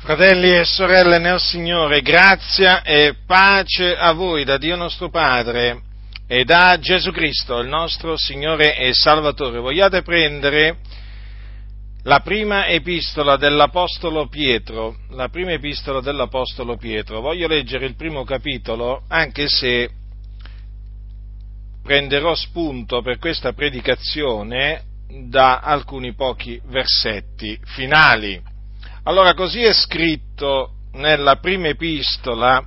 Fratelli e sorelle nel Signore, grazia e pace a voi da Dio nostro Padre e da Gesù Cristo, il nostro Signore e Salvatore. Vogliate prendere la prima epistola dell'Apostolo Pietro, Voglio leggere il primo capitolo, anche se prenderò spunto per questa predicazione da alcuni pochi versetti finali. Allora, così è scritto nella prima epistola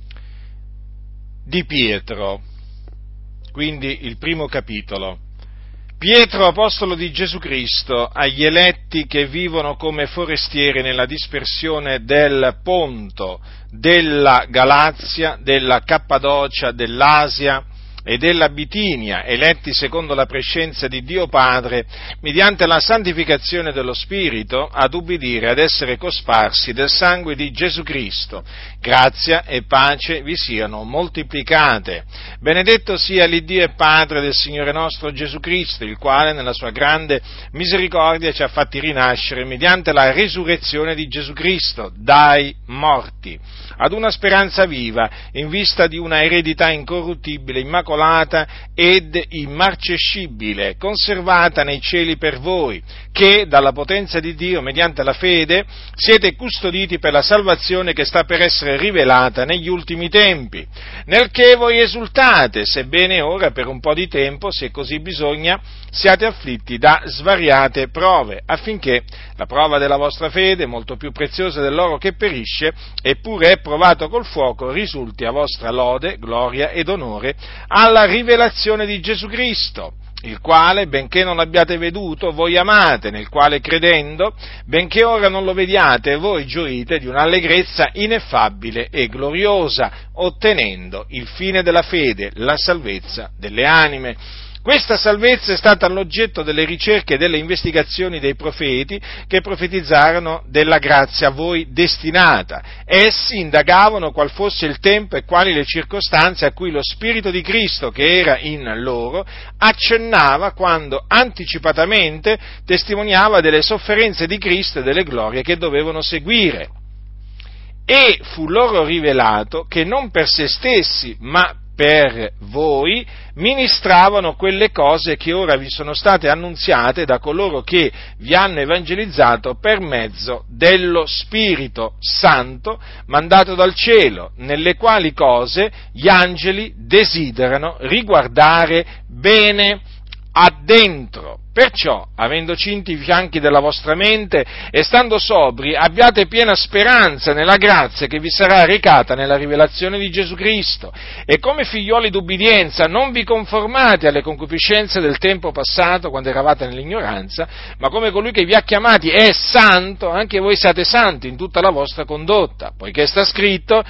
di Pietro, quindi il primo capitolo. Pietro, apostolo di Gesù Cristo, agli eletti che vivono come forestieri nella dispersione del Ponto, della Galazia, della Cappadocia, dell'Asia e della Bitinia, eletti secondo la prescienza di Dio Padre, mediante la santificazione dello Spirito, ad ubbidire, ad essere cosparsi del sangue di Gesù Cristo. Grazia e pace vi siano moltiplicate. Benedetto sia l'Iddio e Padre del Signore nostro Gesù Cristo, il quale nella sua grande misericordia ci ha fatti rinascere mediante la risurrezione di Gesù Cristo dai morti, ad una speranza viva, in vista di una eredità incorruttibile, immacolata ed immarcescibile, conservata nei cieli per voi, che dalla potenza di Dio, mediante la fede, siete custoditi per la salvazione che sta per essere rivelata negli ultimi tempi, nel che voi esultate, sebbene ora per un po' di tempo, se così bisogna, siate afflitti da svariate prove, affinché la prova della vostra fede, molto più preziosa dell'oro che perisce, eppure è provato col fuoco, risulti a vostra lode, gloria ed onore alla rivelazione di Gesù Cristo, il quale, benché non l'abbiate veduto, voi amate, nel quale credendo, benché ora non lo vediate, voi gioite di un'allegrezza ineffabile e gloriosa, ottenendo il fine della fede, la salvezza delle anime. Questa salvezza è stata l'oggetto delle ricerche e delle investigazioni dei profeti che profetizzarono della grazia a voi destinata. Essi indagavano qual fosse il tempo e quali le circostanze a cui lo Spirito di Cristo che era in loro accennava quando anticipatamente testimoniava delle sofferenze di Cristo e delle glorie che dovevano seguire. E fu loro rivelato che non per se stessi, ma per voi ministravano quelle cose che ora vi sono state annunziate da coloro che vi hanno evangelizzato per mezzo dello Spirito Santo mandato dal cielo, nelle quali cose gli angeli desiderano riguardare bene addentro. Perciò, avendo cinti i fianchi della vostra mente e stando sobri, abbiate piena speranza nella grazia che vi sarà recata nella rivelazione di Gesù Cristo. E come figlioli d'ubbidienza non vi conformate alle concupiscenze del tempo passato, quando eravate nell'ignoranza, ma come colui che vi ha chiamati è santo, anche voi siate santi in tutta la vostra condotta, poiché sta scritto: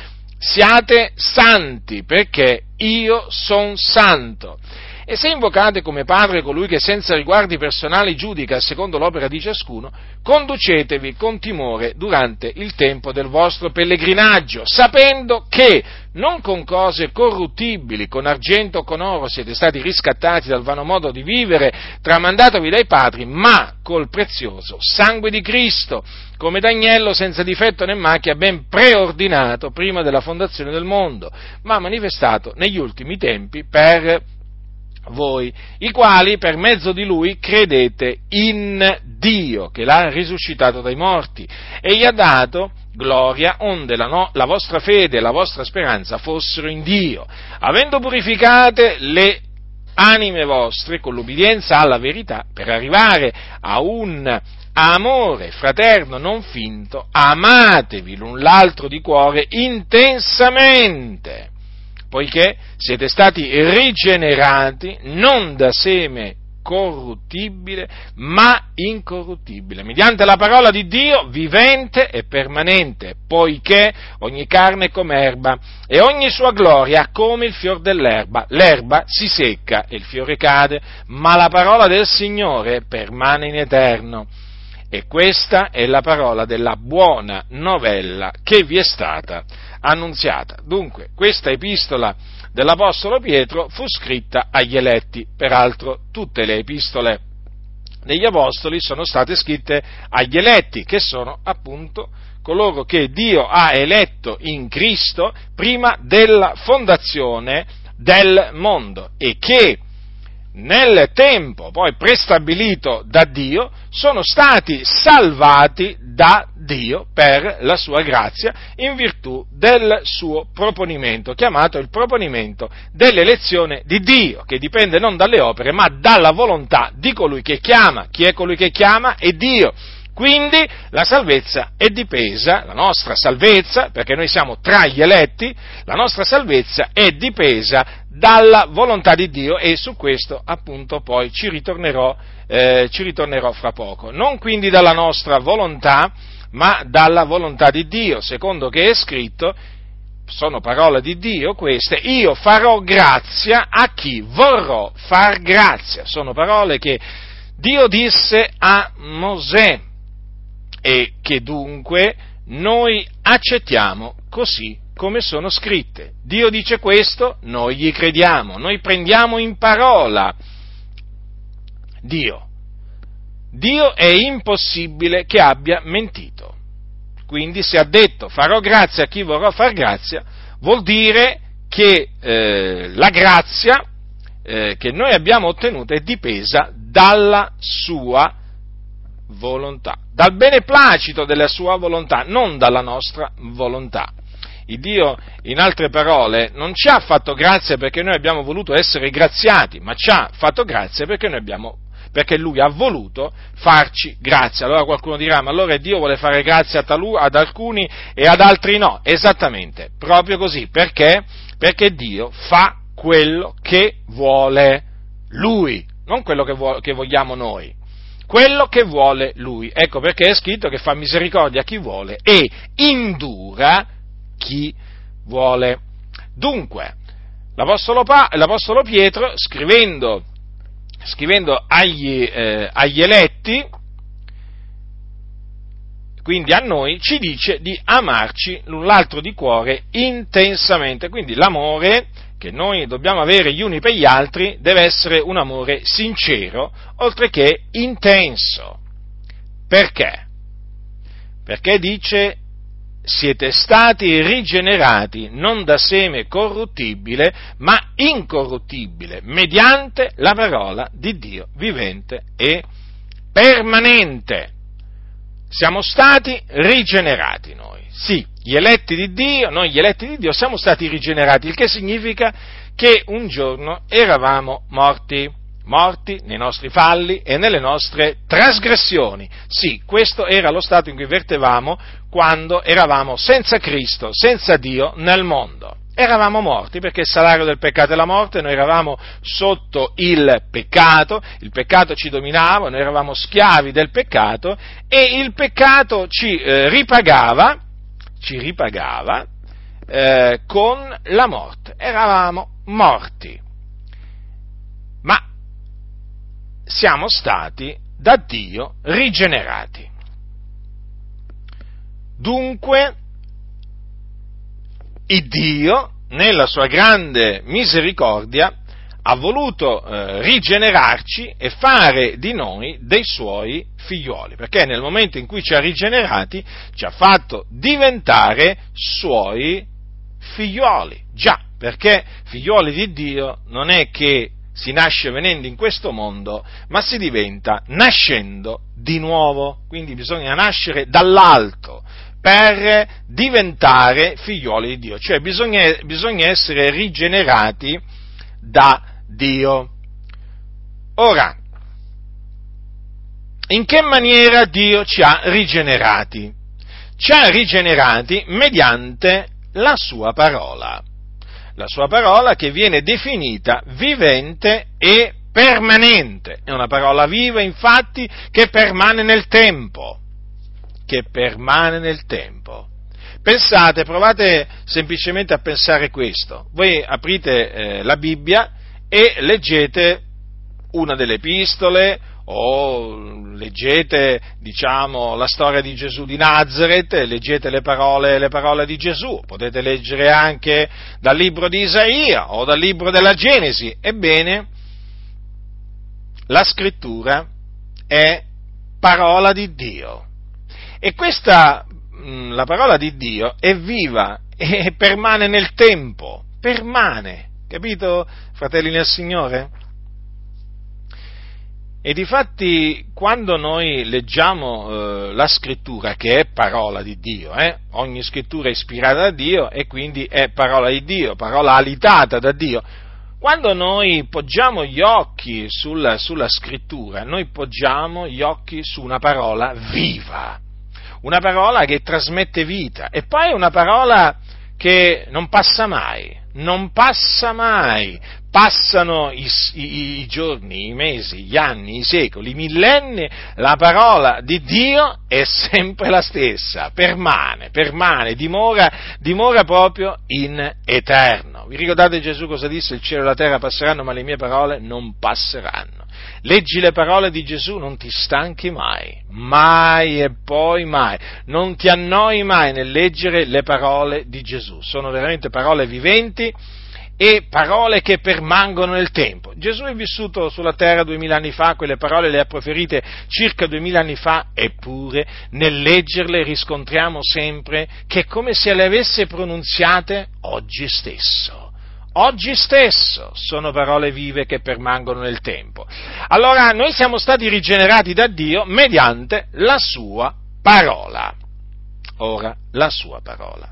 siate santi, perché io son santo. E se invocate come Padre colui che senza riguardi personali giudica secondo l'opera di ciascuno, conducetevi con timore durante il tempo del vostro pellegrinaggio, sapendo che non con cose corruttibili, con argento o con oro siete stati riscattati dal vano modo di vivere tramandatovi dai padri, ma col prezioso sangue di Cristo, come d'agnello senza difetto né macchia, ben preordinato prima della fondazione del mondo, ma manifestato negli ultimi tempi per voi, i quali per mezzo di lui credete in Dio che l'ha risuscitato dai morti e gli ha dato gloria onde la vostra fede e la vostra speranza fossero in Dio, avendo purificate le anime vostre con l'ubbidienza alla verità per arrivare a un amore fraterno non finto, amatevi l'un l'altro di cuore intensamente, poiché siete stati rigenerati non da seme corruttibile, ma incorruttibile, mediante la parola di Dio vivente e permanente, poiché ogni carne è come erba, e ogni sua gloria come il fior dell'erba. L'erba si secca e il fiore cade, ma la parola del Signore permane in eterno. E questa è la parola della buona novella che vi è stata annunziata. Dunque, questa epistola dell'Apostolo Pietro fu scritta agli eletti, peraltro tutte le epistole degli apostoli sono state scritte agli eletti, che sono appunto coloro che Dio ha eletto in Cristo prima della fondazione del mondo e che nel tempo poi prestabilito da Dio sono stati salvati da Dio per la sua grazia in virtù del suo proponimento, chiamato il proponimento dell'elezione di Dio, che dipende non dalle opere ma dalla volontà di colui che chiama. Chi è colui che chiama? È Dio. Quindi la salvezza è dipesa, la nostra salvezza, perché noi siamo tra gli eletti, la nostra salvezza è dipesa dalla volontà di Dio e su questo appunto poi ci ritornerò fra poco. Non quindi dalla nostra volontà, ma dalla volontà di Dio, secondo che è scritto, sono parole di Dio queste, io farò grazia a chi vorrò far grazia. Sono parole che Dio disse a Mosè e che dunque noi accettiamo così come sono scritte. Dio dice questo, noi gli crediamo, noi prendiamo in parola Dio. Dio è impossibile che abbia mentito. Quindi se ha detto farò grazia a chi vorrà far grazia, vuol dire che la grazia che noi abbiamo ottenuto è dipesa dalla sua volontà, dal beneplacito della sua volontà, non dalla nostra volontà. Il Dio, in altre parole, non ci ha fatto grazia perché noi abbiamo voluto essere graziati, ma ci ha fatto grazia perché Lui ha voluto farci grazia. Allora qualcuno dirà, ma allora Dio vuole fare grazia ad alcuni e ad altri no. Esattamente, proprio così. Perché? Perché Dio fa quello che vuole Lui, non quello che vogliamo noi. Quello che vuole Lui. Ecco perché è scritto che fa misericordia a chi vuole e indura chi vuole. Dunque, l'Apostolo Pietro, scrivendo agli eletti, quindi a noi, ci dice di amarci l'un l'altro di cuore intensamente. Quindi l'amore che noi dobbiamo avere gli uni per gli altri deve essere un amore sincero, oltre che intenso. Perché? Perché dice, siete stati rigenerati non da seme corruttibile, ma incorruttibile, mediante la parola di Dio vivente e permanente. Siamo stati rigenerati noi. Sì, gli eletti di Dio, noi gli eletti di Dio siamo stati rigenerati, il che significa che un giorno eravamo morti nei nostri falli e nelle nostre trasgressioni. Sì, questo era lo stato in cui vertevamo quando eravamo senza Cristo, senza Dio nel mondo. Eravamo morti perché il salario del peccato è la morte, noi eravamo sotto il peccato ci dominava, noi eravamo schiavi del peccato e il peccato ci ripagava con la morte. Eravamo morti, ma siamo stati da Dio rigenerati. Dunque, il Dio, nella sua grande misericordia, ha voluto rigenerarci e fare di noi dei suoi figlioli, perché nel momento in cui ci ha rigenerati ci ha fatto diventare suoi figlioli. Già, perché figlioli di Dio non è che si nasce venendo in questo mondo, ma si diventa nascendo di nuovo, quindi bisogna nascere dall'alto per diventare figlioli di Dio, cioè bisogna essere rigenerati da Dio. Ora, in che maniera Dio ci ha rigenerati? Ci ha rigenerati mediante la sua parola che viene definita vivente e permanente. È una parola viva, infatti, che permane nel tempo. Pensate, provate semplicemente a pensare questo. Voi aprite la Bibbia e leggete una delle epistole o leggete, la storia di Gesù di Nazaret, leggete le parole di Gesù, potete leggere anche dal libro di Isaia o dal libro della Genesi. Ebbene, la Scrittura è parola di Dio. E questa, la parola di Dio, è viva e permane nel tempo, permane, capito, fratelli nel Signore? E difatti, quando noi leggiamo la scrittura, che è parola di Dio, ogni scrittura è ispirata da Dio e quindi è parola di Dio, parola alitata da Dio. Quando noi poggiamo gli occhi sulla scrittura, noi poggiamo gli occhi su una parola viva, una parola che trasmette vita, e poi una parola che non passa mai, passano i giorni, i mesi, gli anni, i secoli, i millenni, la parola di Dio è sempre la stessa, permane, dimora proprio in eterno. Vi ricordate Gesù cosa disse? Il cielo e la terra passeranno, ma le mie parole non passeranno. Leggi le parole di Gesù, non ti stanchi mai e poi mai, non ti annoi mai nel leggere le parole di Gesù, sono veramente parole viventi e parole che permangono nel tempo. Gesù è vissuto sulla terra 2000 anni fa, quelle parole le ha proferite circa 2000 anni fa, eppure nel leggerle riscontriamo sempre che è come se le avesse pronunziate oggi stesso. Oggi stesso sono parole vive che permangono nel tempo. Allora noi siamo stati rigenerati da Dio mediante la sua parola. Ora, la sua parola.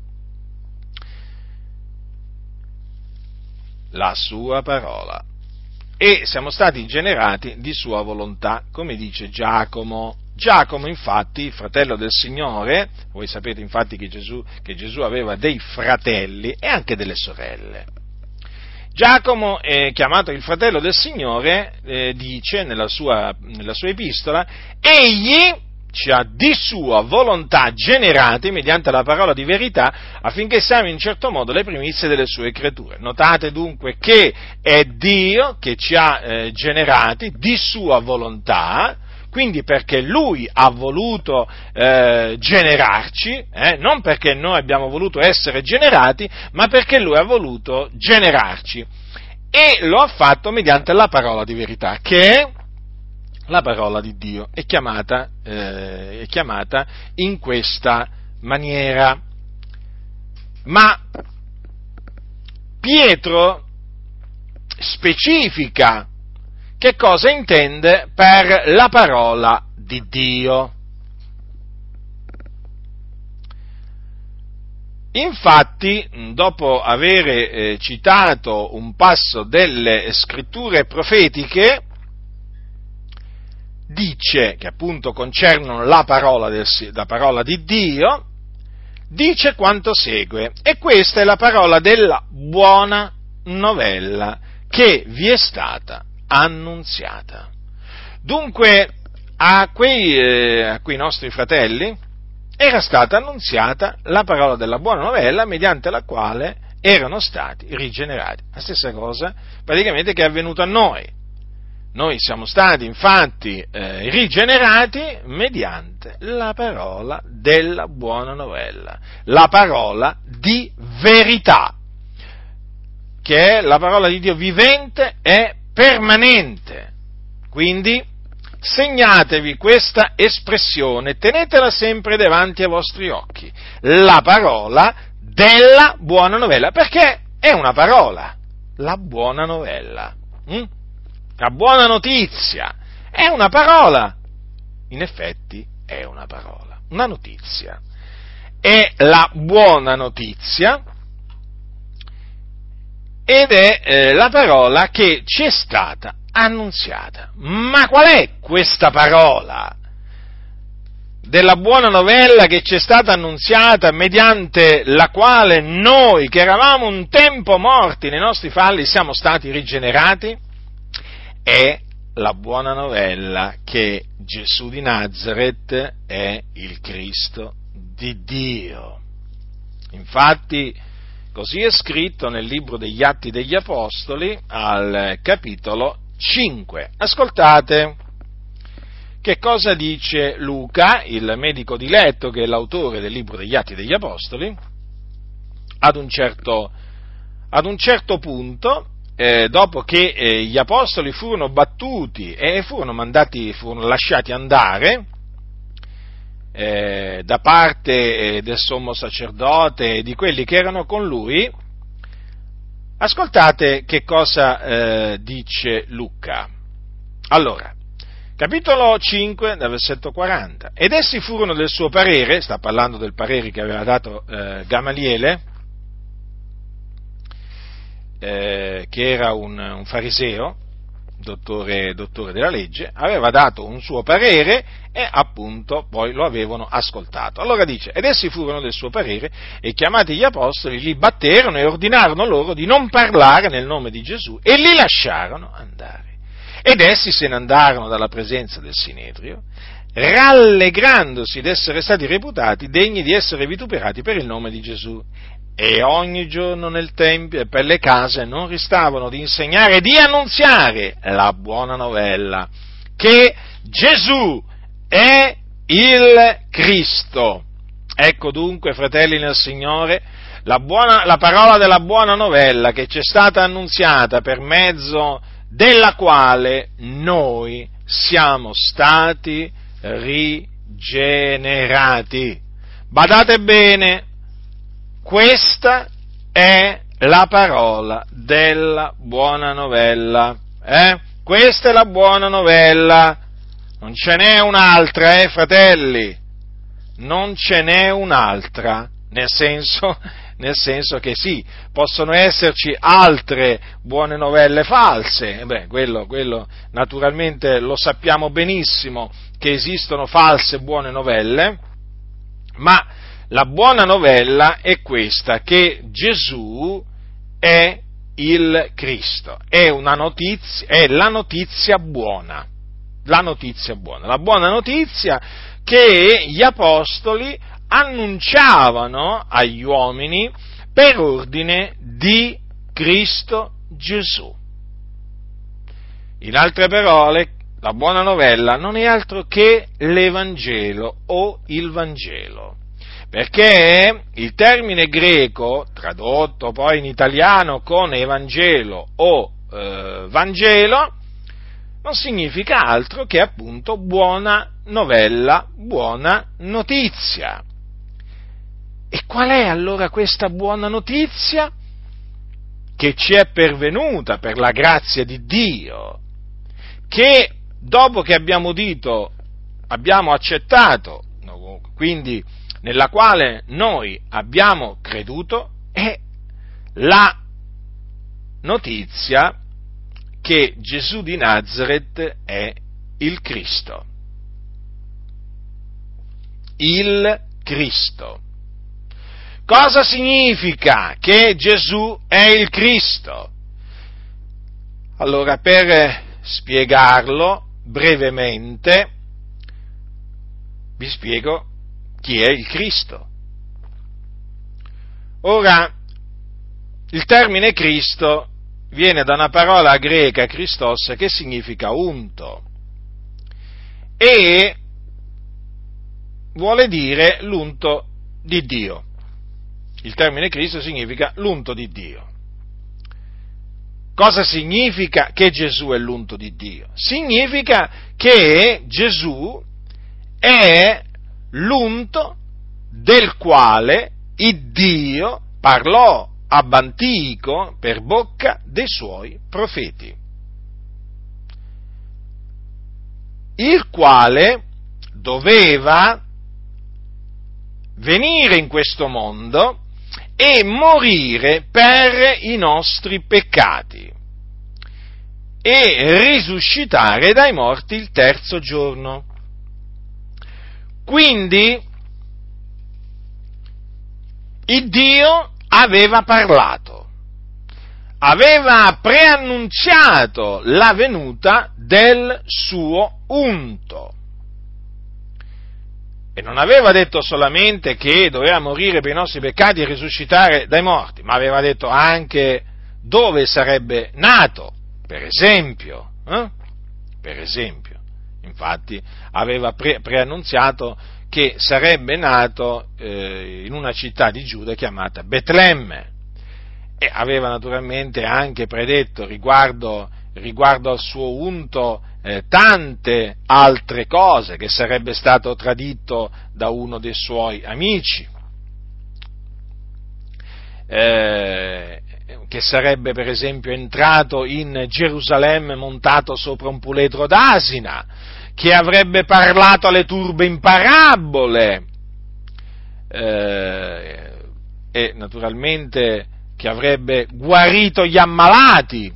La sua parola. E siamo stati generati di sua volontà, come dice Giacomo. Giacomo, infatti, fratello del Signore, voi sapete infatti che Gesù aveva dei fratelli e anche delle sorelle. Giacomo, chiamato il fratello del Signore, dice nella sua epistola: egli ci ha di sua volontà generati mediante la parola di verità, affinché siamo in certo modo le primizie delle sue creature. Notate dunque che è Dio che ci ha generati di sua volontà, quindi perché Lui ha voluto generarci, non perché noi abbiamo voluto essere generati, ma perché Lui ha voluto generarci. E lo ha fatto mediante la parola di verità, che è la parola di Dio, è chiamata in questa maniera. Ma Pietro specifica che cosa intende per la parola di Dio. Infatti, dopo aver citato un passo delle scritture profetiche, dice che appunto concernono la parola di Dio, dice quanto segue: e questa è la parola della buona novella che vi è stata annunziata. Dunque a quei nostri fratelli era stata annunziata la parola della buona novella mediante la quale erano stati rigenerati. La stessa cosa praticamente che è avvenuto a noi. Noi siamo stati infatti rigenerati mediante la parola della buona novella, la parola di verità, che è la parola di Dio vivente e permanente. Quindi segnatevi questa espressione, tenetela sempre davanti ai vostri occhi, la parola della buona novella, perché è una parola, la buona novella. La buona notizia è una parola, in effetti è una parola, una notizia. È la buona notizia ed è la parola che ci è stata annunziata. Ma qual è questa parola della buona novella che ci è stata annunziata, mediante la quale noi, che eravamo un tempo morti nei nostri falli, siamo stati rigenerati? È la buona novella che Gesù di Nazaret è il Cristo di Dio. Infatti, così è scritto nel libro degli Atti degli Apostoli, al capitolo 5. Ascoltate che cosa dice Luca, il medico di letto, che è l'autore del libro degli Atti degli Apostoli, ad un certo punto. dopo che gli apostoli furono battuti e furono lasciati andare da parte del sommo sacerdote e di quelli che erano con lui, ascoltate che cosa dice Luca. Allora, capitolo 5, dal versetto 40. Ed essi furono del suo parere, sta parlando del parere che aveva dato Gamaliele, che era un fariseo, dottore della legge, aveva dato un suo parere e appunto poi lo avevano ascoltato. Allora dice, ed essi furono del suo parere e chiamati gli apostoli li batterono e ordinarono loro di non parlare nel nome di Gesù e li lasciarono andare. Ed essi se ne andarono dalla presenza del Sinedrio, rallegrandosi d'essere stati reputati degni di essere vituperati per il nome di Gesù. E ogni giorno nel Tempio e per le case non ristavano di insegnare e di annunziare la buona novella, che Gesù è il Cristo. Ecco dunque, fratelli nel Signore, la parola della buona novella che ci è stata annunziata, per mezzo della quale noi siamo stati rigenerati. Badate bene, questa è la parola della buona novella. Questa è la buona novella. Non ce n'è un'altra, fratelli. Non ce n'è un'altra. Nel senso che sì, possono esserci altre buone novelle false. Quello naturalmente lo sappiamo benissimo che esistono false buone novelle, ma la buona novella è questa, che Gesù è il Cristo, è la notizia buona, la buona notizia che gli apostoli annunciavano agli uomini per ordine di Cristo Gesù. In altre parole, la buona novella non è altro che l'Evangelo o il Vangelo. Perché il termine greco, tradotto poi in italiano con Evangelo o Vangelo, non significa altro che appunto buona novella, buona notizia. E qual è allora questa buona notizia? Che ci è pervenuta per la grazia di Dio, che dopo che abbiamo accettato, quindi nella quale noi abbiamo creduto, è la notizia che Gesù di Nazaret è il Cristo. Il Cristo. Cosa significa che Gesù è il Cristo? Allora, per spiegarlo brevemente, vi spiego chi è il Cristo. Ora, il termine Cristo viene da una parola greca, Christos, che significa unto, e vuole dire l'unto di Dio. Il termine Cristo significa l'unto di Dio. Cosa significa che Gesù è l'unto di Dio? Significa che Gesù è l'unto del quale il Dio parlò ab antico per bocca dei suoi profeti, il quale doveva venire in questo mondo e morire per i nostri peccati e risuscitare dai morti il terzo giorno. Quindi il Dio aveva parlato, aveva preannunziato la venuta del suo unto. E non aveva detto solamente che doveva morire per i nostri peccati e risuscitare dai morti, ma aveva detto anche dove sarebbe nato, per esempio. Infatti aveva preannunziato che sarebbe nato in una città di Giuda chiamata Betlemme. e aveva naturalmente anche predetto riguardo al suo unto tante altre cose, che sarebbe stato tradito da uno dei suoi amici, che sarebbe per esempio entrato in Gerusalemme montato sopra un puledro d'asina, che avrebbe parlato alle turbe in parabole, e naturalmente che avrebbe guarito gli ammalati,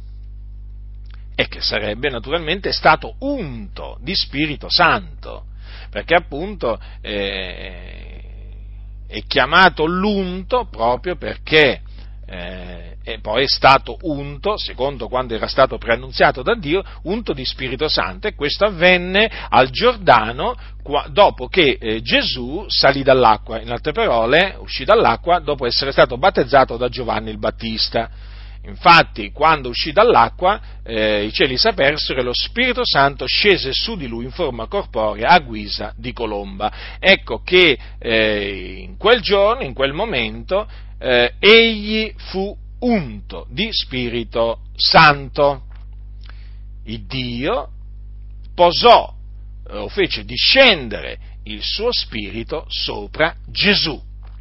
e che sarebbe naturalmente stato unto di Spirito Santo, perché appunto è chiamato l'unto proprio perché e poi è stato unto, secondo quando era stato preannunziato da Dio, unto di Spirito Santo, e questo avvenne al Giordano dopo che Gesù salì dall'acqua, in altre parole uscì dall'acqua dopo essere stato battezzato da Giovanni il Battista. Infatti, quando uscì dall'acqua, i cieli si apersero e lo Spirito Santo scese su di lui in forma corporea a guisa di colomba. Ecco che in quel giorno, in quel momento, egli fu unto di Spirito Santo. Il Dio posò o fece discendere il suo Spirito sopra Gesù.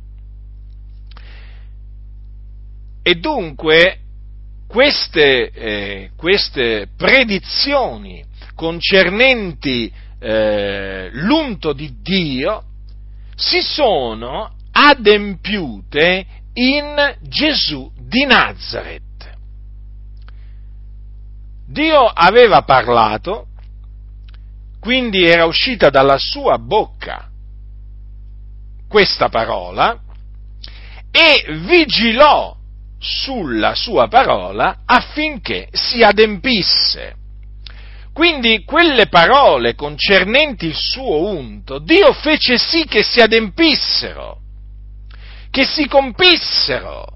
E dunque queste predizioni concernenti l'unto di Dio si sono adempiute in Gesù di Nazaret. Dio aveva parlato, quindi era uscita dalla sua bocca questa parola e vigilò sulla sua parola affinché si adempisse. Quindi quelle parole concernenti il suo unto, Dio fece sì che si adempissero, che si compissero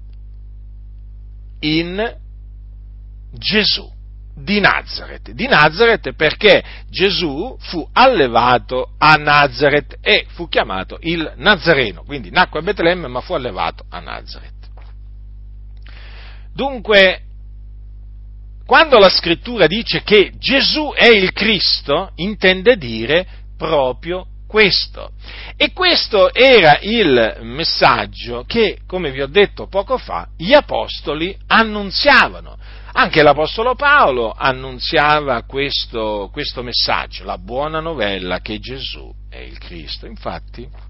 in Gesù di Nazaret perché Gesù fu allevato a Nazaret e fu chiamato il Nazareno, quindi nacque a Betlemme ma fu allevato a Nazaret. Dunque, quando la Scrittura dice che Gesù è il Cristo, intende dire proprio questo. E questo era il messaggio che, come vi ho detto poco fa, gli apostoli annunziavano. Anche l'apostolo Paolo annunziava questo messaggio, la buona novella che Gesù è il Cristo. Infatti,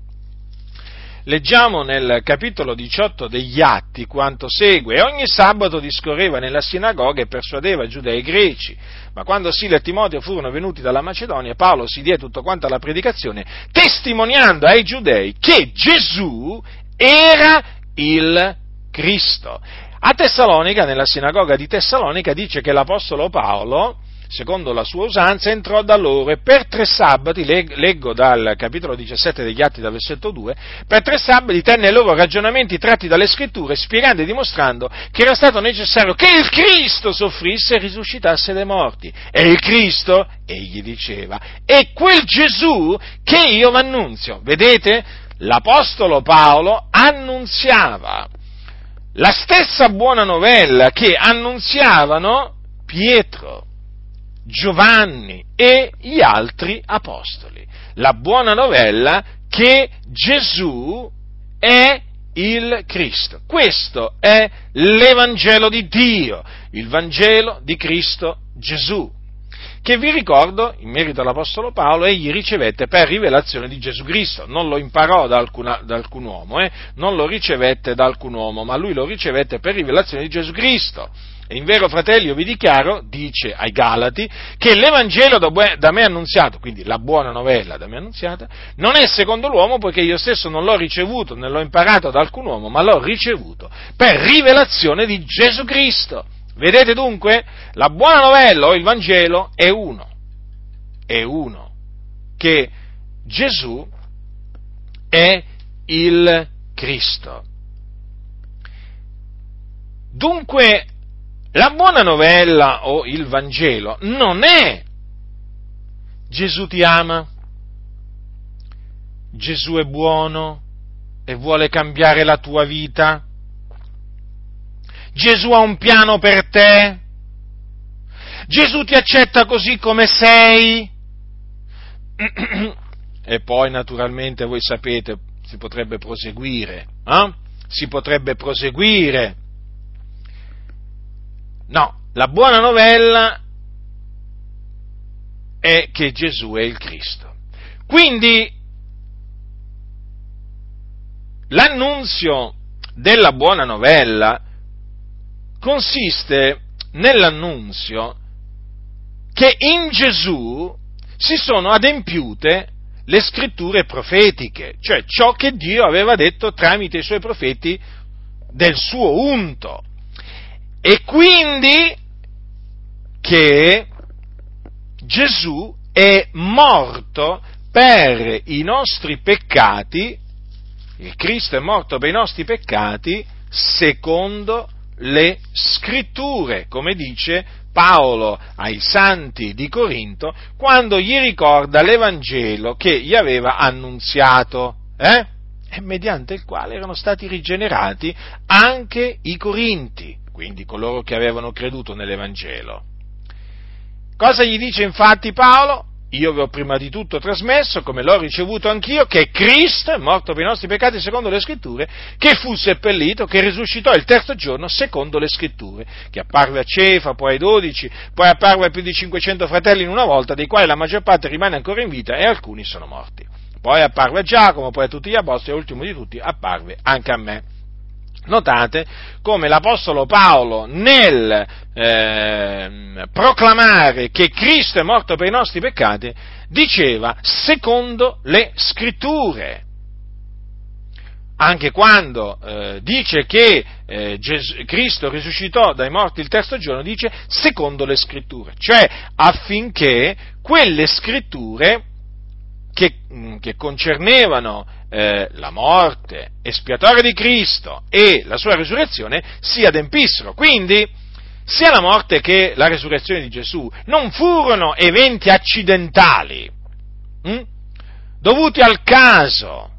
leggiamo nel capitolo 18 degli Atti quanto segue: e ogni sabato discorreva nella sinagoga e persuadeva giudei e greci, ma quando Sila e Timoteo furono venuti dalla Macedonia, Paolo si diede tutto quanto alla predicazione, testimoniando ai giudei che Gesù era il Cristo. A Tessalonica, nella sinagoga di Tessalonica, dice che l'apostolo Paolo, secondo la sua usanza, entrò da loro e per 3 sabati, leggo dal capitolo 17 degli Atti, dal versetto 2, per 3 sabati tenne ai loro ragionamenti tratti dalle Scritture, spiegando e dimostrando che era stato necessario che il Cristo soffrisse e risuscitasse dai morti. E il Cristo, egli diceva, è quel Gesù che io v'annunzio. Vedete? L'apostolo Paolo annunziava la stessa buona novella che annunziavano Pietro, Giovanni e gli altri apostoli. La buona novella che Gesù è il Cristo. Questo è l'Evangelo di Dio, il Vangelo di Cristo Gesù, che vi ricordo, in merito all'Apostolo Paolo, egli ricevette per rivelazione di Gesù Cristo, non lo imparò da alcun uomo, non lo ricevette da alcun uomo, ma lui lo ricevette per rivelazione di Gesù Cristo. E in vero, fratelli, io vi dichiaro, dice ai Galati, che l'Evangelo da me annunziato, quindi la buona novella da me annunziata, non è secondo l'uomo, poiché io stesso non l'ho ricevuto, né l'ho imparato da alcun uomo, ma l'ho ricevuto per rivelazione di Gesù Cristo. Vedete dunque? La buona novella o il Vangelo è uno, che Gesù è il Cristo. Dunque, la buona novella o il Vangelo non è Gesù ti ama, Gesù è buono e vuole cambiare la tua vita, Gesù ha un piano per te? Gesù ti accetta così come sei? E poi naturalmente voi sapete, si potrebbe proseguire, Si potrebbe proseguire. No, la buona novella è che Gesù è il Cristo. Quindi l'annunzio della buona novella consiste nell'annunzio che in Gesù si sono adempiute le scritture profetiche, cioè ciò che Dio aveva detto tramite i suoi profeti del suo unto, e quindi che Gesù è morto per i nostri peccati, il Cristo è morto per i nostri peccati secondo le scritture, come dice Paolo ai santi di Corinto quando gli ricorda l'Evangelo che gli aveva annunziato, e mediante il quale erano stati rigenerati anche i Corinti, quindi coloro che avevano creduto nell'Evangelo. Cosa gli dice infatti Paolo? Io vi ho prima di tutto trasmesso, come l'ho ricevuto anch'io, che Cristo è morto per i nostri peccati secondo le Scritture, che fu seppellito, che risuscitò il terzo giorno secondo le Scritture, che apparve a Cefa, poi ai 12, poi apparve a più di 500 fratelli in una volta, dei quali la maggior parte rimane ancora in vita e alcuni sono morti. Poi apparve a Giacomo, poi a tutti gli apostoli e ultimo di tutti apparve anche a me. Notate come l'Apostolo Paolo nel proclamare che Cristo è morto per i nostri peccati diceva secondo le Scritture. Anche quando dice che Cristo risuscitò dai morti il terzo giorno, dice secondo le Scritture, cioè affinché quelle Scritture che concernevano la morte espiatoria di Cristo e la sua risurrezione si adempissero. Quindi sia la morte che la risurrezione di Gesù non furono eventi accidentali, dovuti al caso,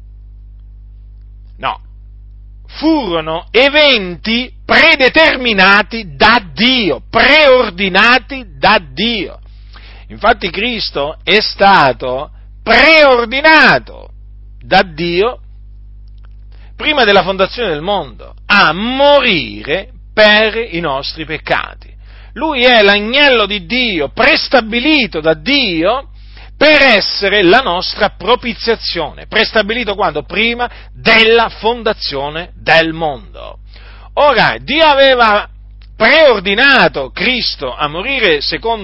no, furono eventi predeterminati da Dio, preordinati da Dio. Infatti Cristo è stato preordinato da Dio prima della fondazione del mondo a morire per i nostri peccati. Lui è l'agnello di Dio, prestabilito da Dio per essere la nostra propiziazione. Prestabilito quando? Prima della fondazione del mondo. Ora, Dio aveva preordinato Cristo a morire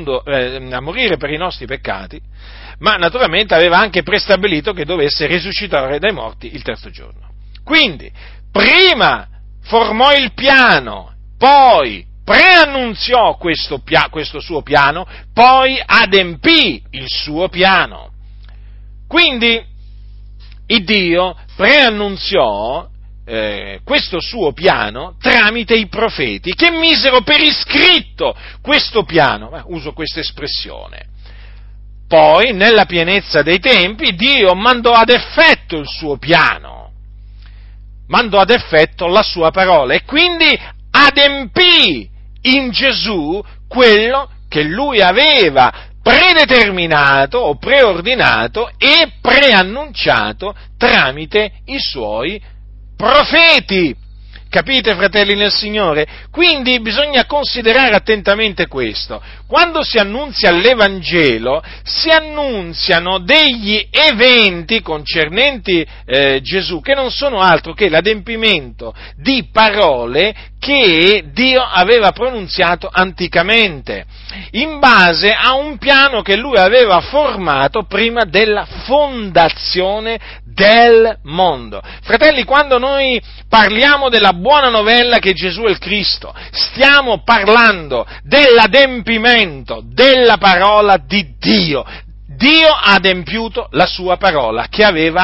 per i nostri peccati, ma naturalmente aveva anche prestabilito che dovesse risuscitare dai morti il terzo giorno. Quindi, prima formò il piano, poi preannunziò questo suo piano, poi adempì il suo piano. Quindi, il Dio preannunziò questo suo piano tramite i profeti che misero per iscritto questo piano, uso questa espressione. Poi, nella pienezza dei tempi, Dio mandò ad effetto il suo piano, mandò ad effetto la sua parola e quindi adempì in Gesù quello che lui aveva predeterminato o preordinato e preannunciato tramite i suoi profeti. Capite, fratelli nel Signore? Quindi bisogna considerare attentamente questo. Quando si annunzia l'Evangelo, si annunziano degli eventi concernenti Gesù, che non sono altro che l'adempimento di parole che Dio aveva pronunziato anticamente, in base a un piano che lui aveva formato prima della fondazione del mondo. Fratelli, quando noi parliamo della buona novella che Gesù è il Cristo, stiamo parlando dell'adempimento della parola di Dio. Dio ha adempiuto la sua parola che aveva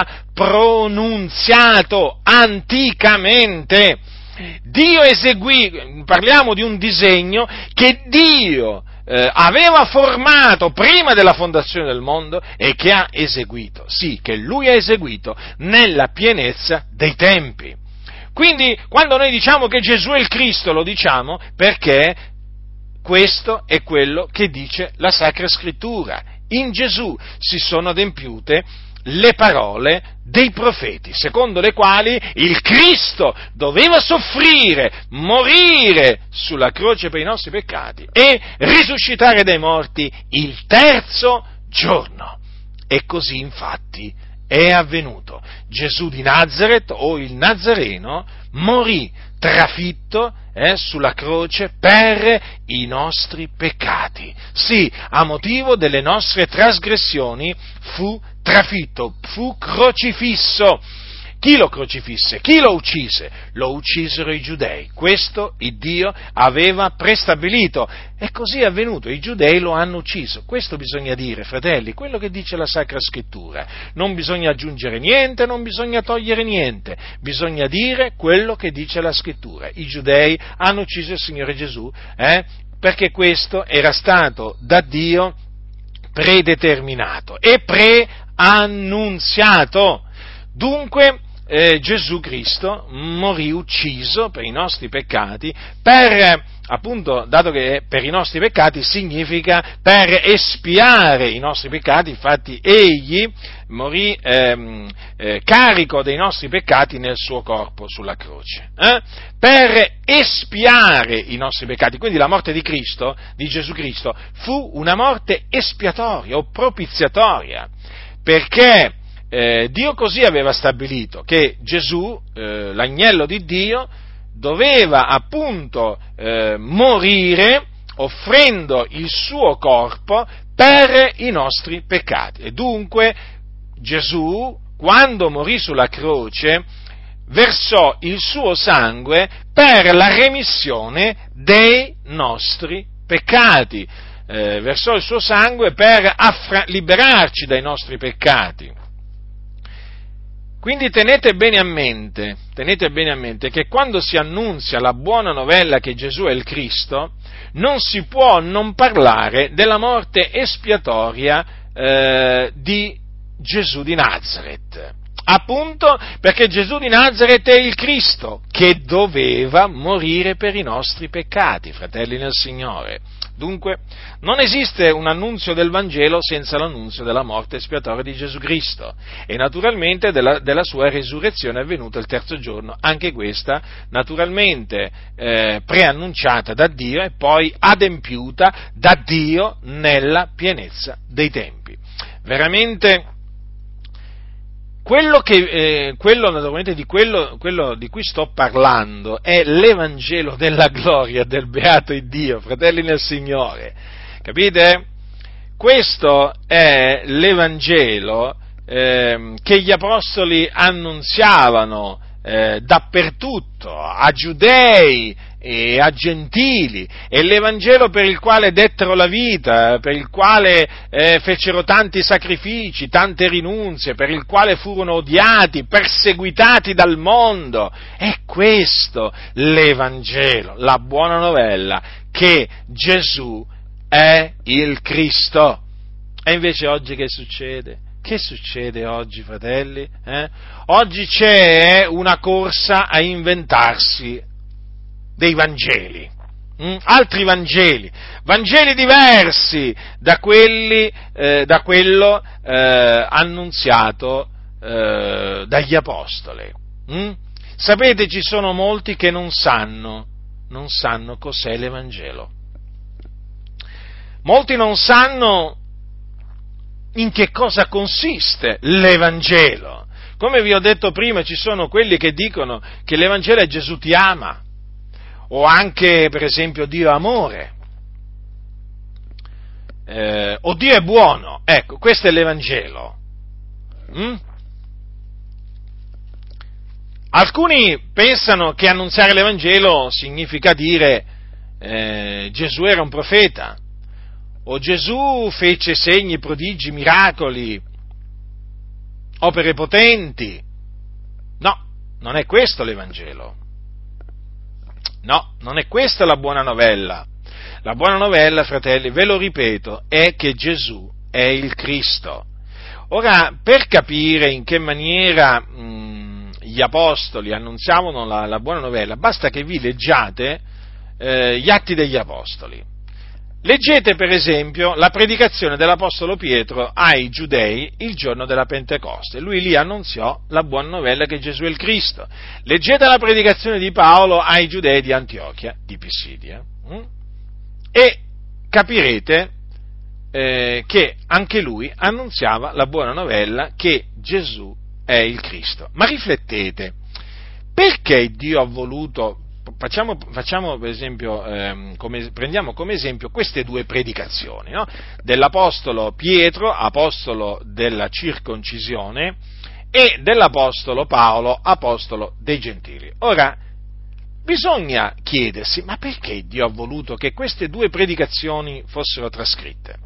pronunziato anticamente. Dio eseguì, parliamo di un disegno che Dio aveva formato prima della fondazione del mondo e che ha eseguito, sì, che Lui ha eseguito nella pienezza dei tempi. Quindi, quando noi diciamo che Gesù è il Cristo, lo diciamo perché questo è quello che dice la Sacra Scrittura. In Gesù si sono adempiute le parole dei profeti, secondo le quali il Cristo doveva soffrire, morire sulla croce per i nostri peccati e risuscitare dai morti il terzo giorno. E così infatti è avvenuto. Gesù di Nazaret, o il Nazareno, morì trafitto sulla croce per i nostri peccati. Sì, a motivo delle nostre trasgressioni fu trafitto, fu crocifisso. Chi lo crocifisse? Chi lo uccise? Lo uccisero i giudei. Questo il Dio aveva prestabilito. E così è avvenuto. I giudei lo hanno ucciso. Questo bisogna dire, fratelli, quello che dice la Sacra Scrittura. Non bisogna aggiungere niente, non bisogna togliere niente. Bisogna dire quello che dice la Scrittura. I giudei hanno ucciso il Signore Gesù, perché questo era stato da Dio predeterminato e preannunziato. Dunque, Gesù Cristo morì ucciso per i nostri peccati, appunto, dato che per i nostri peccati significa per espiare i nostri peccati. Infatti egli morì carico dei nostri peccati nel suo corpo sulla croce, per espiare i nostri peccati. Quindi la morte di Cristo, di Gesù Cristo, fu una morte espiatoria o propiziatoria, perché Dio così aveva stabilito che Gesù, l'agnello di Dio, doveva appunto morire offrendo il suo corpo per i nostri peccati. E dunque Gesù, quando morì sulla croce, versò il suo sangue per la remissione dei nostri peccati. Versò il suo sangue per liberarci dai nostri peccati. Quindi tenete bene a mente che quando si annunzia la buona novella che Gesù è il Cristo, non si può non parlare della morte espiatoria di Gesù di Nazaret. Appunto perché Gesù di Nazaret è il Cristo che doveva morire per i nostri peccati, fratelli nel Signore. Dunque, non esiste un annunzio del Vangelo senza l'annunzio della morte espiatoria di Gesù Cristo e naturalmente della sua resurrezione avvenuta il terzo giorno, anche questa naturalmente preannunciata da Dio e poi adempiuta da Dio nella pienezza dei tempi. Veramente quello di cui sto parlando è l'Evangelo della gloria del beato Iddio, fratelli nel Signore, capite? Questo è l'Evangelo che gli apostoli annunziavano dappertutto, a giudei e a gentili, è l'Evangelo per il quale dettero la vita, per il quale fecero tanti sacrifici, tante rinunzie, per il quale furono odiati, perseguitati dal mondo. È questo l'Evangelo, la buona novella, che Gesù è il Cristo. E invece oggi che succede? Che succede oggi, fratelli? Oggi c'è una corsa a inventarsi dei Vangeli, altri Vangeli diversi da quello annunziato dagli Apostoli. Sapete, ci sono molti che non sanno cos'è l'Evangelo. Molti non sanno in che cosa consiste l'Evangelo. Come vi ho detto prima, ci sono quelli che dicono che l'Evangelo è Gesù ti ama, o anche, per esempio, Dio è amore, o Dio è buono. Ecco, questo è l'Evangelo. Alcuni pensano che annunziare l'Evangelo significa dire Gesù era un profeta, o Gesù fece segni, prodigi, miracoli, opere potenti. No, non è questo l'Evangelo. No, non è questa la buona novella. La buona novella, fratelli, ve lo ripeto, è che Gesù è il Cristo. Ora, per capire in che maniera gli apostoli annunziavano la buona novella, basta che vi leggiate gli Atti degli Apostoli. Leggete per esempio la predicazione dell'Apostolo Pietro ai Giudei il giorno della Pentecoste. Lui lì annunziò la buona novella che Gesù è il Cristo. Leggete la predicazione di Paolo ai Giudei di Antiochia, di Pisidia, e capirete che anche lui annunziava la buona novella che Gesù è il Cristo. Ma riflettete, perché Dio ha voluto, facciamo per esempio, prendiamo come esempio queste due predicazioni, no? Dell'Apostolo Pietro, apostolo della circoncisione, e dell'Apostolo Paolo, apostolo dei Gentili. Ora, bisogna chiedersi, ma perché Dio ha voluto che queste due predicazioni fossero trascritte?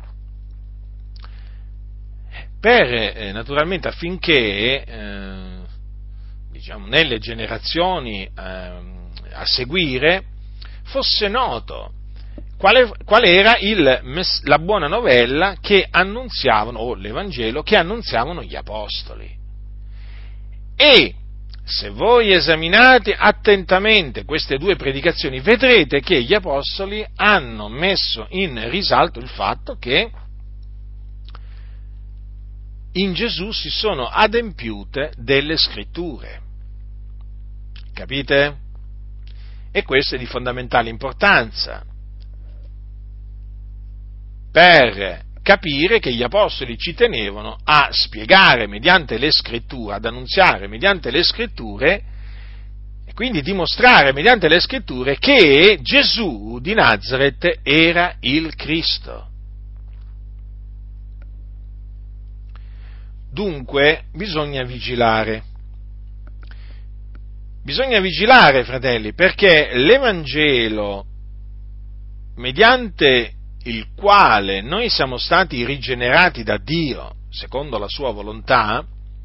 Naturalmente affinché, nelle generazioni a seguire fosse noto qual era la buona novella che annunziavano, o l'Evangelo che annunziavano gli apostoli. E se voi esaminate attentamente queste due predicazioni, vedrete che gli apostoli hanno messo in risalto il fatto che in Gesù si sono adempiute delle scritture. Capite? E questo è di fondamentale importanza per capire che gli apostoli ci tenevano a spiegare mediante le scritture, ad annunziare mediante le scritture, e quindi dimostrare mediante le scritture che Gesù di Nazaret era il Cristo. Dunque bisogna vigilare. Bisogna vigilare, fratelli, perché l'Evangelo, mediante il quale noi siamo stati rigenerati da Dio, secondo la sua volontà,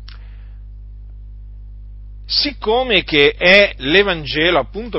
siccome che è l'Evangelo, appunto,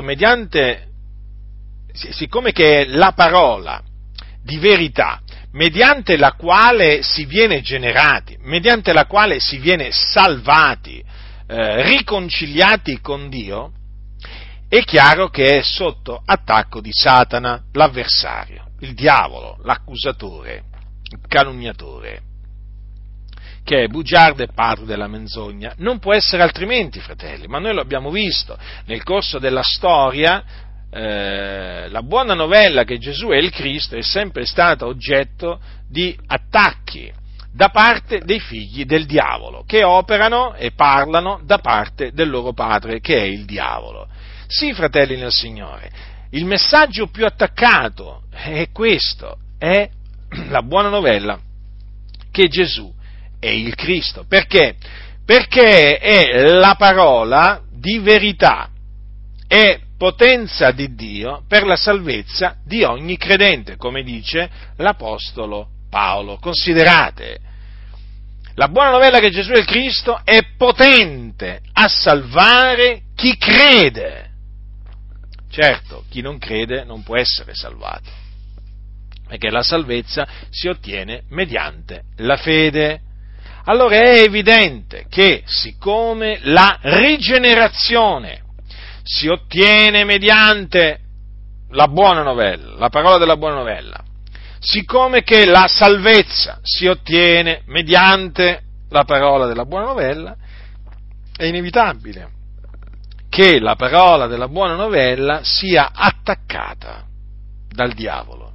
siccome che è la parola di verità, mediante la quale si viene generati, mediante la quale si viene salvati, riconciliati con Dio, è chiaro che è sotto attacco di Satana, l'avversario, il diavolo, l'accusatore, il calunniatore, che è bugiardo e padre della menzogna. Non può essere altrimenti, fratelli, ma noi lo abbiamo visto nel corso della storia. La buona novella che Gesù è il Cristo è sempre stata oggetto di attacchi da parte dei figli del diavolo, che operano e parlano da parte del loro padre, che è il diavolo. Sì, fratelli nel Signore, il messaggio più attaccato è questo, è la buona novella che Gesù è il Cristo. Perché? Perché è la parola di verità, è potenza di Dio per la salvezza di ogni credente, come dice l'Apostolo Paolo. Considerate, la buona novella che Gesù è il Cristo è potente a salvare chi crede. Certo, chi non crede non può essere salvato, perché la salvezza si ottiene mediante la fede. Allora è evidente che siccome la rigenerazione si ottiene mediante la buona novella, la parola della buona novella, siccome che la salvezza si ottiene mediante la parola della buona novella, è inevitabile che la parola della buona novella sia attaccata dal diavolo.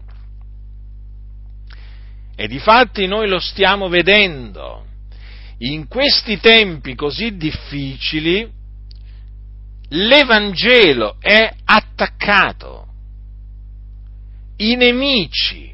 E difatti noi lo stiamo vedendo. In questi tempi così difficili, l'Evangelo è attaccato. I nemici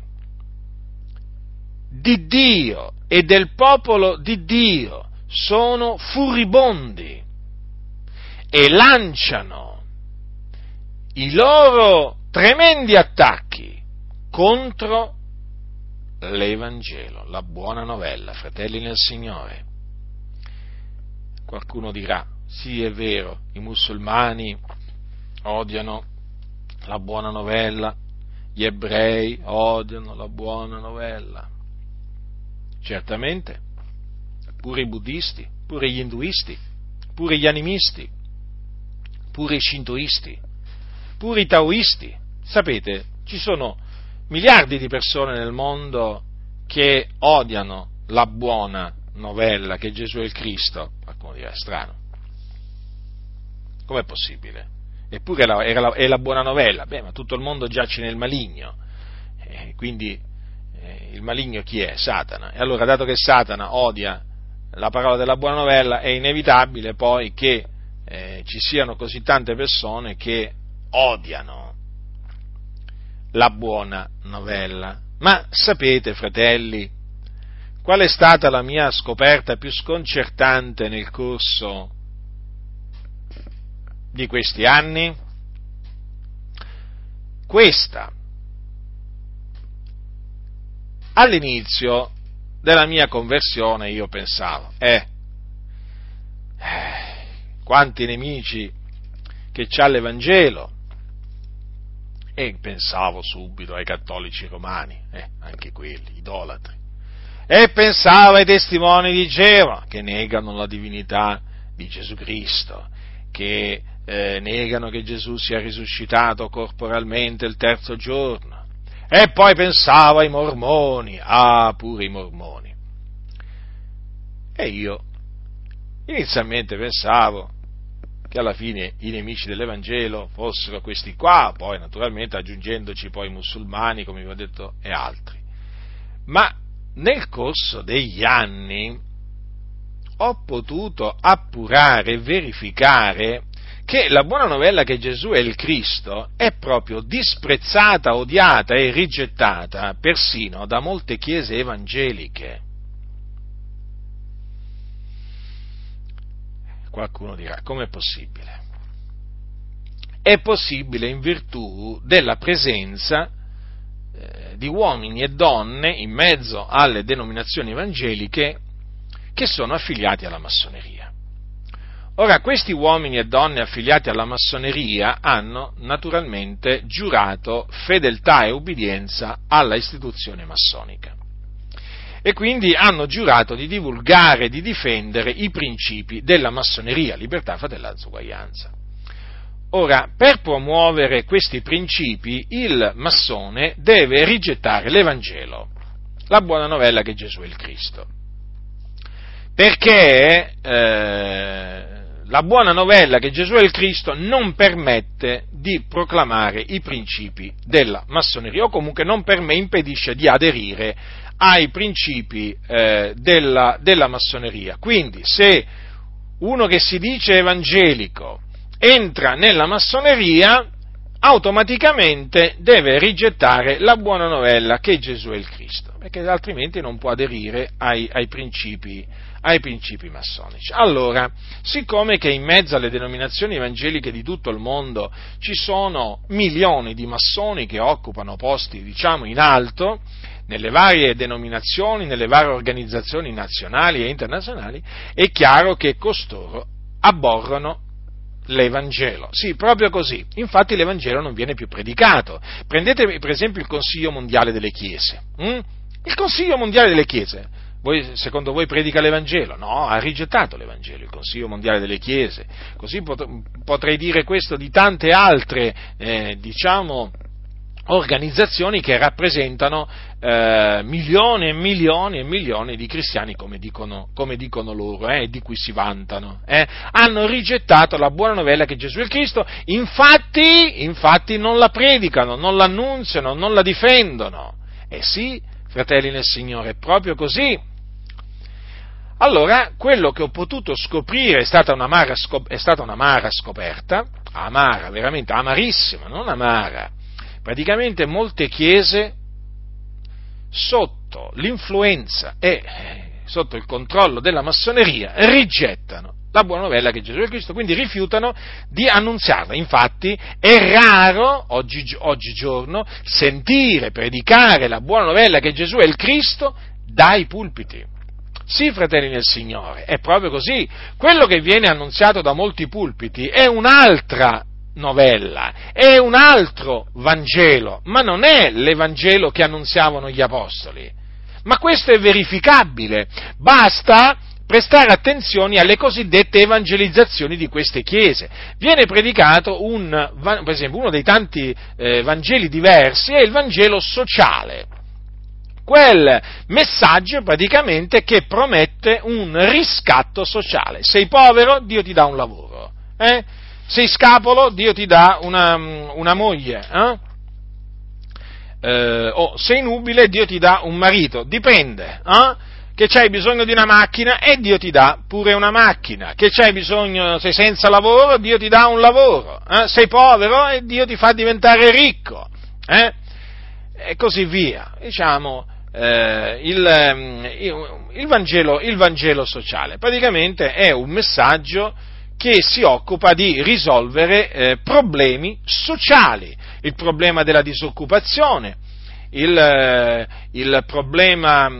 di Dio e del popolo di Dio sono furibondi e lanciano i loro tremendi attacchi contro l'Evangelo, la buona novella, fratelli nel Signore. Qualcuno dirà, sì, è vero, i musulmani odiano la buona novella, gli ebrei odiano la buona novella. Certamente, pure i buddisti, pure gli induisti, pure gli animisti, pure i shintoisti, pure i taoisti. Sapete, ci sono miliardi di persone nel mondo che odiano la buona novella che Gesù è il Cristo. Qualcuno dirà, è strano. Com'è possibile? Eppure è la buona novella. Beh, ma tutto il mondo giace nel maligno. Quindi il maligno chi è? Satana. E allora, dato che Satana odia la parola della buona novella, è inevitabile poi che ci siano così tante persone che odiano la buona novella. Ma sapete, fratelli, qual è stata la mia scoperta più sconcertante nel corso di questi anni? Questa. All'inizio della mia conversione io pensavo, quanti nemici che c'ha l'Evangelo, e pensavo subito ai cattolici romani, anche quelli, idolatri, e pensavo ai testimoni di Geova, che negano la divinità di Gesù Cristo, che negano che Gesù sia risuscitato corporalmente il terzo giorno, e poi pensavo ai mormoni, pure i mormoni. E io inizialmente pensavo che alla fine i nemici dell'Evangelo fossero questi qua, poi naturalmente aggiungendoci poi i musulmani, come vi ho detto, e altri. Ma nel corso degli anni ho potuto appurare e verificare che la buona novella che Gesù è il Cristo è proprio disprezzata, odiata e rigettata persino da molte chiese evangeliche. Qualcuno dirà, com'è possibile? È possibile in virtù della presenza di uomini e donne in mezzo alle denominazioni evangeliche che sono affiliati alla massoneria. Ora, questi uomini e donne affiliati alla massoneria hanno naturalmente giurato fedeltà e ubbidienza alla istituzione massonica. E quindi hanno giurato di divulgare e di difendere i principi della massoneria, libertà, fratellanza, uguaglianza. Ora, per promuovere questi principi, il massone deve rigettare l'Evangelo, la buona novella che Gesù è il Cristo. Perché la buona novella che Gesù è il Cristo non permette di proclamare i principi della massoneria, o comunque impedisce di aderire ai principi della massoneria. Quindi, se uno che si dice evangelico entra nella massoneria, automaticamente deve rigettare la buona novella che Gesù è il Cristo, perché altrimenti non può aderire ai principi massonici. Allora, siccome che in mezzo alle denominazioni evangeliche di tutto il mondo ci sono milioni di massoni che occupano posti, diciamo, in alto, nelle varie denominazioni, nelle varie organizzazioni nazionali e internazionali, è chiaro che costoro abborrono l'Evangelo. Sì, proprio così. Infatti l'Evangelo non viene più predicato. Prendete per esempio il Consiglio Mondiale delle Chiese. Il Consiglio Mondiale delle Chiese, secondo voi predica l'Evangelo? No, ha rigettato l'Evangelo, il Consiglio Mondiale delle Chiese. Così potrei dire questo di tante altre, organizzazioni che rappresentano milioni e milioni e milioni di cristiani, come dicono loro, e di cui si vantano. Hanno rigettato la buona novella che Gesù è il Cristo, infatti non la predicano, non l'annunziano, non la difendono. Sì, fratelli nel Signore, è proprio così. Allora, quello che ho potuto scoprire è stata un'amara scoperta, amara, veramente amarissima, non amara. Praticamente molte chiese, sotto l'influenza e sotto il controllo della massoneria, rigettano la buona novella che Gesù è il Cristo, quindi rifiutano di annunziarla. Infatti è raro oggigiorno sentire predicare la buona novella che Gesù è il Cristo dai pulpiti. Sì, fratelli nel Signore, è proprio così. Quello che viene annunziato da molti pulpiti è un'altra novella, è un altro Vangelo, ma non è l'Evangelo che annunziavano gli Apostoli. Ma questo è verificabile, basta prestare attenzione alle cosiddette evangelizzazioni di queste chiese. Viene predicato per esempio, uno dei tanti Vangeli diversi è il Vangelo sociale, quel messaggio praticamente che promette un riscatto sociale. Sei povero, Dio ti dà un lavoro, sei scapolo, Dio ti dà una moglie, o sei nubile, Dio ti dà un marito, dipende, che c'hai bisogno di una macchina e Dio ti dà pure una macchina, che c'hai bisogno, sei senza lavoro, Dio ti dà un lavoro, sei povero e Dio ti fa diventare ricco, e così via. Diciamo, il Vangelo sociale praticamente è un messaggio che si occupa di risolvere problemi sociali, il problema della disoccupazione, il problema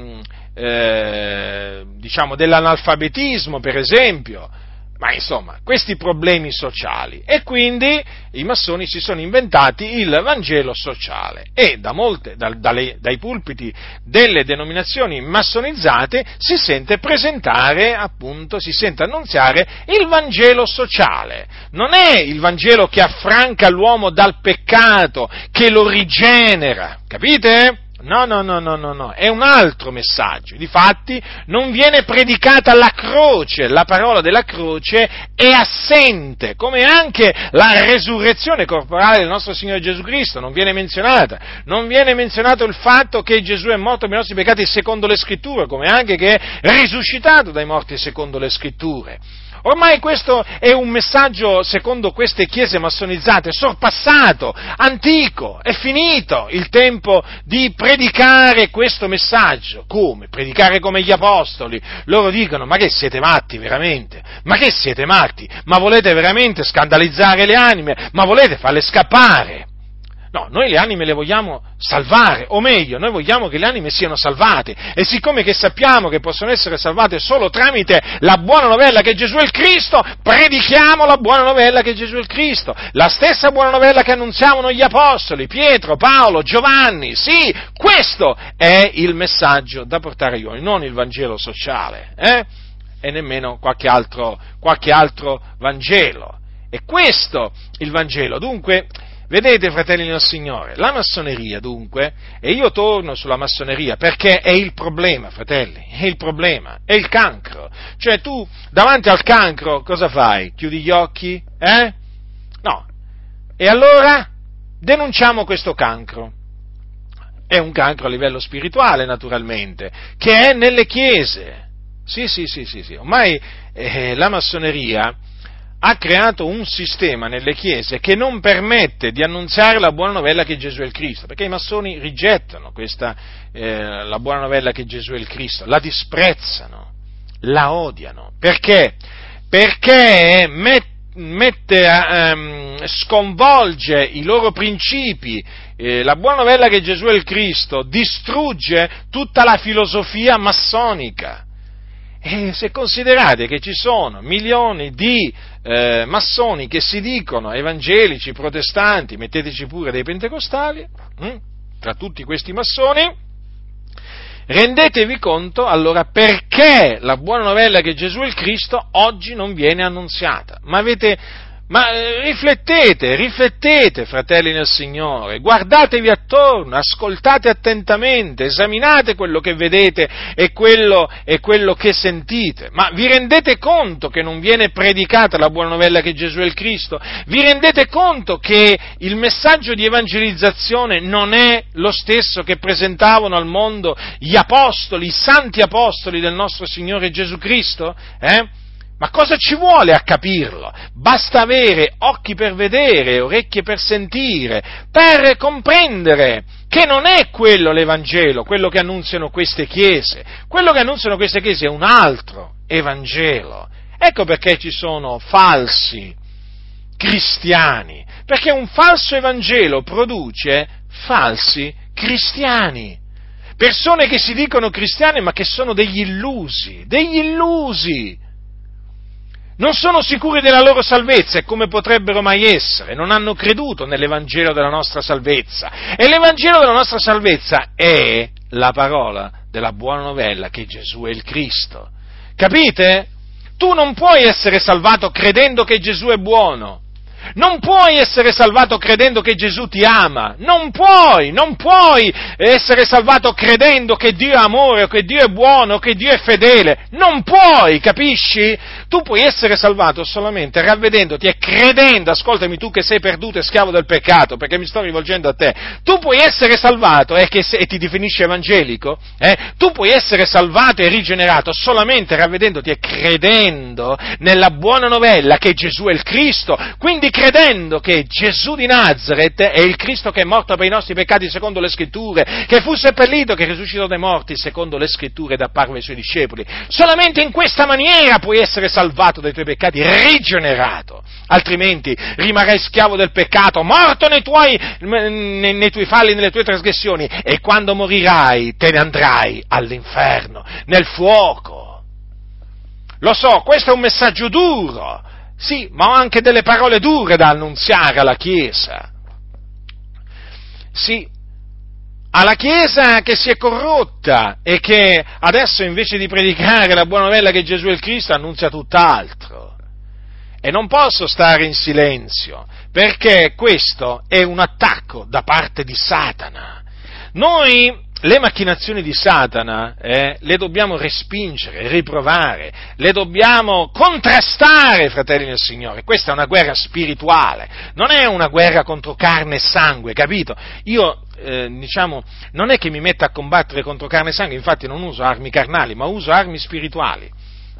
diciamo dell'analfabetismo, per esempio, ma insomma questi problemi sociali, e quindi i massoni si sono inventati il Vangelo sociale e dai pulpiti delle denominazioni massonizzate si sente presentare, appunto, si sente annunziare il Vangelo sociale. Non è il Vangelo che affranca l'uomo dal peccato, che lo rigenera, capite? No, è un altro messaggio. Difatti non viene predicata la croce, la parola della croce è assente, come anche la resurrezione corporale del nostro Signore Gesù Cristo non viene menzionata. Non viene menzionato il fatto che Gesù è morto per i nostri peccati secondo le Scritture, come anche che è risuscitato dai morti secondo le Scritture. Ormai questo è un messaggio, secondo queste chiese massonizzate, sorpassato, antico, è finito il tempo di predicare questo messaggio. Come? Predicare come gli apostoli. Loro dicono: ma che siete matti veramente? Ma che siete matti? Ma volete veramente scandalizzare le anime? Ma volete farle scappare? No, noi le anime le vogliamo salvare, o meglio, noi vogliamo che le anime siano salvate, e siccome che sappiamo che possono essere salvate solo tramite la buona novella che Gesù è il Cristo, predichiamo la buona novella che Gesù è il Cristo, la stessa buona novella che annunziavano gli apostoli, Pietro, Paolo, Giovanni. Sì, questo è il messaggio da portare agli uomini, non il Vangelo sociale, e nemmeno qualche altro Vangelo. E questo il Vangelo, dunque. Vedete, fratelli nel Signore, la massoneria dunque, e io torno sulla massoneria perché è il problema, fratelli, è il problema, è il cancro. Cioè tu davanti al cancro cosa fai? Chiudi gli occhi? No. E allora denunciamo questo cancro. È un cancro a livello spirituale, naturalmente, che è nelle chiese. Sì. Ormai la massoneria ha creato un sistema nelle chiese che non permette di annunziare la buona novella che Gesù è il Cristo, perché i massoni rigettano la buona novella che Gesù è il Cristo, la disprezzano, la odiano. Perché? Perché sconvolge i loro principi. La buona novella che Gesù è il Cristo distrugge tutta la filosofia massonica. E se considerate che ci sono milioni di massoni che si dicono evangelici, protestanti, metteteci pure dei pentecostali, tra tutti questi massoni, rendetevi conto allora perché la buona novella che Gesù è il Cristo oggi non viene annunziata. Ma riflettete, fratelli nel Signore, guardatevi attorno, ascoltate attentamente, esaminate quello che vedete e quello che sentite. Ma vi rendete conto che non viene predicata la buona novella che Gesù è il Cristo? Vi rendete conto che il messaggio di evangelizzazione non è lo stesso che presentavano al mondo gli apostoli, i santi apostoli del nostro Signore Gesù Cristo? Ma cosa ci vuole a capirlo? Basta avere occhi per vedere, orecchie per sentire, per comprendere che non è quello l'Evangelo, quello che annunziano queste chiese. Quello che annunziano queste chiese è un altro Evangelo. Ecco perché ci sono falsi cristiani, perché un falso Evangelo produce falsi cristiani. Persone che si dicono cristiane ma che sono degli illusi. Non sono sicuri della loro salvezza e come potrebbero mai essere? Non hanno creduto nell'Evangelo della nostra salvezza. E l'Evangelo della nostra salvezza è la parola della buona novella che Gesù è il Cristo, Capite? Tu non puoi essere salvato credendo che Gesù è buono. Non puoi essere salvato credendo che Gesù ti ama, non puoi essere salvato credendo che Dio è amore, o che Dio è buono, o che Dio è fedele, non puoi, capisci? Tu puoi essere salvato solamente ravvedendoti e credendo, ascoltami tu che sei perduto e schiavo del peccato, perché mi sto rivolgendo a te, tu puoi essere salvato e ti definisci evangelico, tu puoi essere salvato e rigenerato solamente ravvedendoti e credendo nella buona novella che Gesù è il Cristo, quindi credendo che Gesù di Nazaret è il Cristo che è morto per i nostri peccati secondo le Scritture, che fu seppellito, che risuscitò dai morti secondo le Scritture ed apparve ai suoi discepoli. Solamente in questa maniera puoi essere salvato dai tuoi peccati, rigenerato, altrimenti rimarrai schiavo del peccato, morto nei tuoi falli, nelle tue trasgressioni, e quando morirai te ne andrai all'inferno, nel fuoco. Lo so, questo è un messaggio duro, sì, ma ho anche delle parole dure da annunziare alla Chiesa. Sì, alla Chiesa che si è corrotta e che adesso invece di predicare la buona novella che Gesù è il Cristo annunzia tutt'altro. E non posso stare in silenzio, perché questo è un attacco da parte di Satana. Noi le macchinazioni di Satana le dobbiamo respingere, riprovare, le dobbiamo contrastare, fratelli del Signore. Questa è una guerra spirituale, non è una guerra contro carne e sangue, capito? Io, non è che mi metta a combattere contro carne e sangue, infatti non uso armi carnali, ma uso armi spirituali.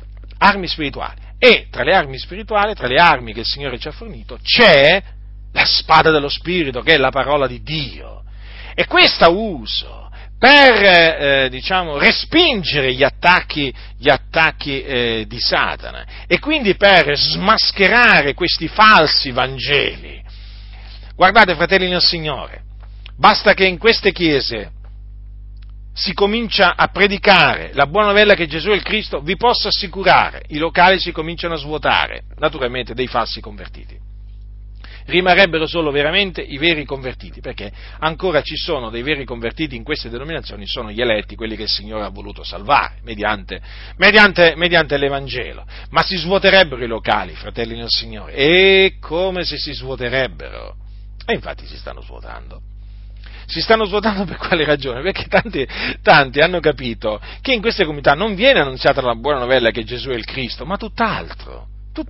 E tra le armi spirituali, tra le armi che il Signore ci ha fornito, c'è la spada dello Spirito, che è la parola di Dio. E questa uso per, respingere gli attacchi di Satana, e quindi per smascherare questi falsi Vangeli. Guardate, fratelli nel Signore, basta che in queste chiese si comincia a predicare la buona novella che Gesù è il Cristo, vi posso assicurare, i locali si cominciano a svuotare, naturalmente dei falsi convertiti. Rimarrebbero solo veramente i veri convertiti, perché ancora ci sono dei veri convertiti in queste denominazioni, sono gli eletti, quelli che il Signore ha voluto salvare mediante l'Evangelo, ma si svuoterebbero i locali, fratelli nel Signore, e come se si svuoterebbero, e infatti si stanno svuotando. Si stanno svuotando per quale ragione? Perché tanti hanno capito che in queste comunità non viene annunziata la buona novella che Gesù è il Cristo, ma tutt'altro.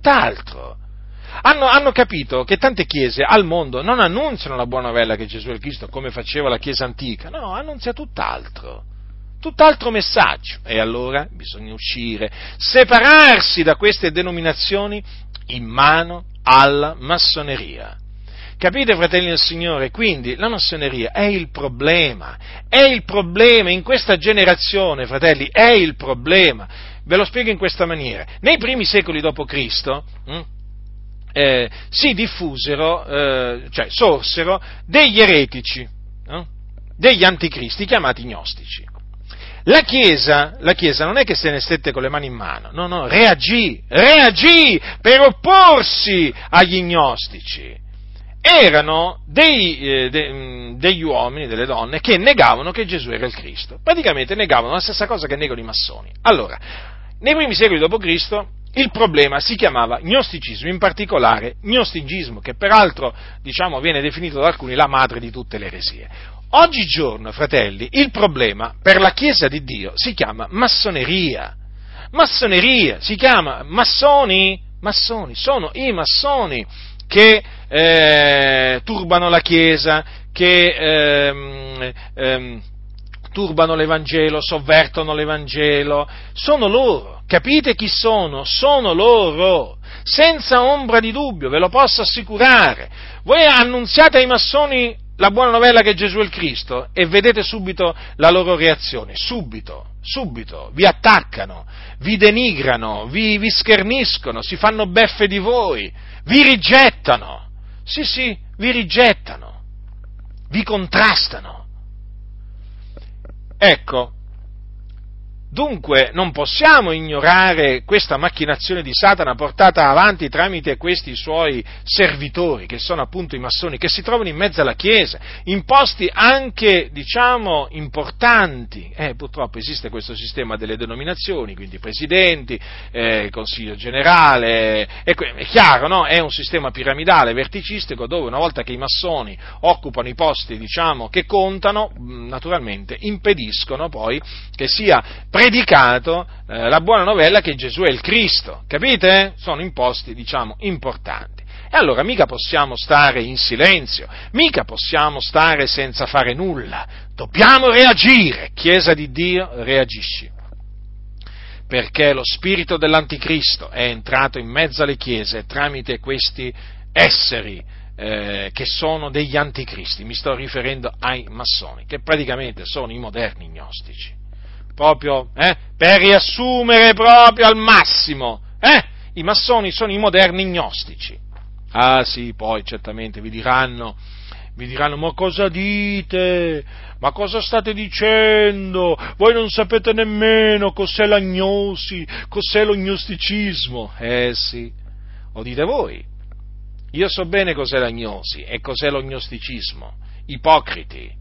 Hanno capito che tante chiese al mondo non annunziano la buona novella che Gesù è il Cristo come faceva la Chiesa antica, no, annunzia tutt'altro messaggio. E allora bisogna uscire, separarsi da queste denominazioni in mano alla massoneria. Capite, fratelli del Signore? Quindi la massoneria è il problema in questa generazione, fratelli, è il problema. Ve lo spiego in questa maniera. Nei primi secoli dopo Cristo si diffusero, sorsero degli eretici, degli anticristi chiamati gnostici. La Chiesa non è che se ne stette con le mani in mano, no, reagì per opporsi agli gnostici. Erano degli uomini, delle donne, che negavano che Gesù era il Cristo. Praticamente negavano la stessa cosa che negano i massoni. Allora, nei primi secoli dopo Cristo, il problema si chiamava gnosticismo, in particolare gnosticismo, che peraltro, viene definito da alcuni la madre di tutte le eresie. Oggigiorno, fratelli, il problema per la Chiesa di Dio si chiama massoneria, si chiama massoni, sono i massoni che turbano la Chiesa, che turbano l'Evangelo, sovvertono l'Evangelo, sono loro, capite chi sono? Sono loro, senza ombra di dubbio, ve lo posso assicurare. Voi annunziate ai massoni la buona novella che Gesù è il Cristo e vedete subito la loro reazione, subito, vi attaccano, vi denigrano, vi scherniscono, si fanno beffe di voi, vi rigettano, sì, vi rigettano, vi contrastano. Ecco, Dunque non possiamo ignorare questa macchinazione di Satana portata avanti tramite questi suoi servitori, che sono appunto i massoni, che si trovano in mezzo alla Chiesa, in posti anche, importanti. Purtroppo esiste questo sistema delle denominazioni, quindi presidenti, consiglio generale, è chiaro, no? È un sistema piramidale, verticistico, dove una volta che i massoni occupano i posti, che contano, naturalmente impediscono poi che sia predicato la buona novella che Gesù è il Cristo, capite? Sono imposti, importanti. E allora mica possiamo stare in silenzio, mica possiamo stare senza fare nulla, dobbiamo reagire, Chiesa di Dio, reagisci. Perché lo spirito dell'anticristo è entrato in mezzo alle chiese tramite questi esseri che sono degli anticristi, mi sto riferendo ai massoni, che praticamente sono i moderni gnostici. Proprio, per riassumere proprio al massimo, i massoni sono i moderni gnostici. Ah sì, poi certamente vi diranno, ma cosa dite? Ma cosa state dicendo? Voi non sapete nemmeno cos'è la gnosi, cos'è lo gnosticismo. Sì, o dite voi. Io so bene cos'è la gnosi e cos'è lo gnosticismo. Ipocriti,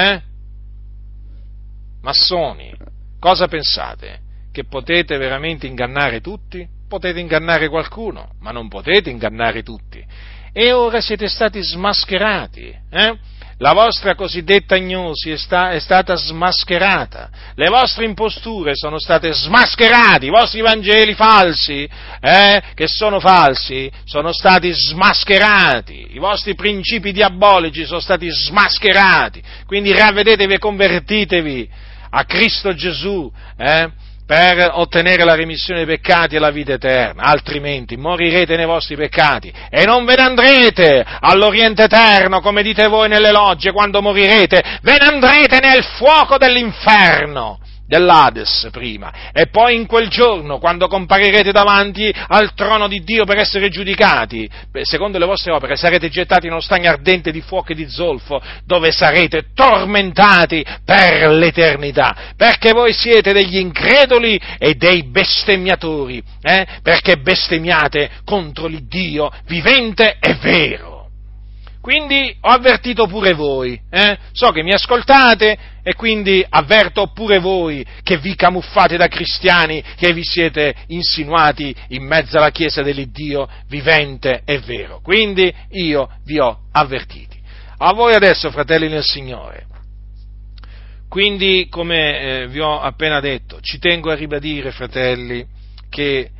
massoni. Cosa pensate? Che potete veramente ingannare tutti? Potete ingannare qualcuno, ma non potete ingannare tutti. E ora siete stati smascherati, La vostra cosiddetta gnosi è stata smascherata, le vostre imposture sono state smascherate, i vostri Vangeli falsi, che sono falsi, sono stati smascherati, i vostri principi diabolici sono stati smascherati, quindi ravvedetevi e convertitevi a Cristo Gesù, per ottenere la remissione dei peccati e la vita eterna, altrimenti morirete nei vostri peccati e non ve ne andrete all'Oriente eterno, come dite voi nelle logge, quando morirete, ve ne andrete nel fuoco dell'inferno, dell'Ades prima, e poi in quel giorno, quando comparirete davanti al trono di Dio per essere giudicati, secondo le vostre opere, sarete gettati in uno stagno ardente di fuoco e di zolfo, dove sarete tormentati per l'eternità, perché voi siete degli increduli e dei bestemmiatori, perché bestemmiate contro l'Iddio vivente e vero. Quindi ho avvertito pure voi, so che mi ascoltate e quindi avverto pure voi che vi camuffate da cristiani, che vi siete insinuati in mezzo alla Chiesa dell'Iddio vivente e vero. Quindi io vi ho avvertiti. A voi adesso, fratelli nel Signore. Quindi, come vi ho appena detto, ci tengo a ribadire, fratelli, che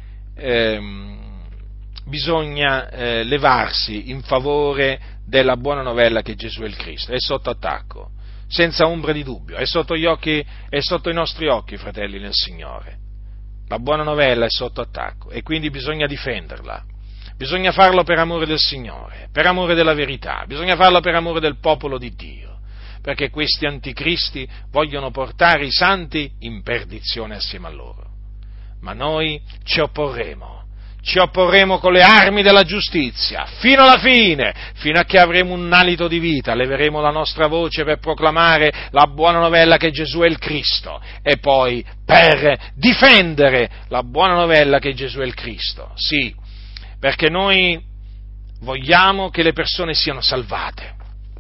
bisogna levarsi in favore della buona novella che Gesù è il Cristo, è sotto attacco, senza ombra di dubbio, è sotto i nostri occhi, fratelli nel Signore. La buona novella è sotto attacco e quindi bisogna difenderla, bisogna farlo per amore del Signore, per amore della verità, bisogna farlo per amore del popolo di Dio, perché questi anticristi vogliono portare i santi in perdizione assieme a loro. Ma noi ci opporremo con le armi della giustizia, fino alla fine, fino a che avremo un alito di vita, leveremo la nostra voce per proclamare la buona novella che Gesù è il Cristo, e poi per difendere la buona novella che Gesù è il Cristo, sì, perché noi vogliamo che le persone siano salvate,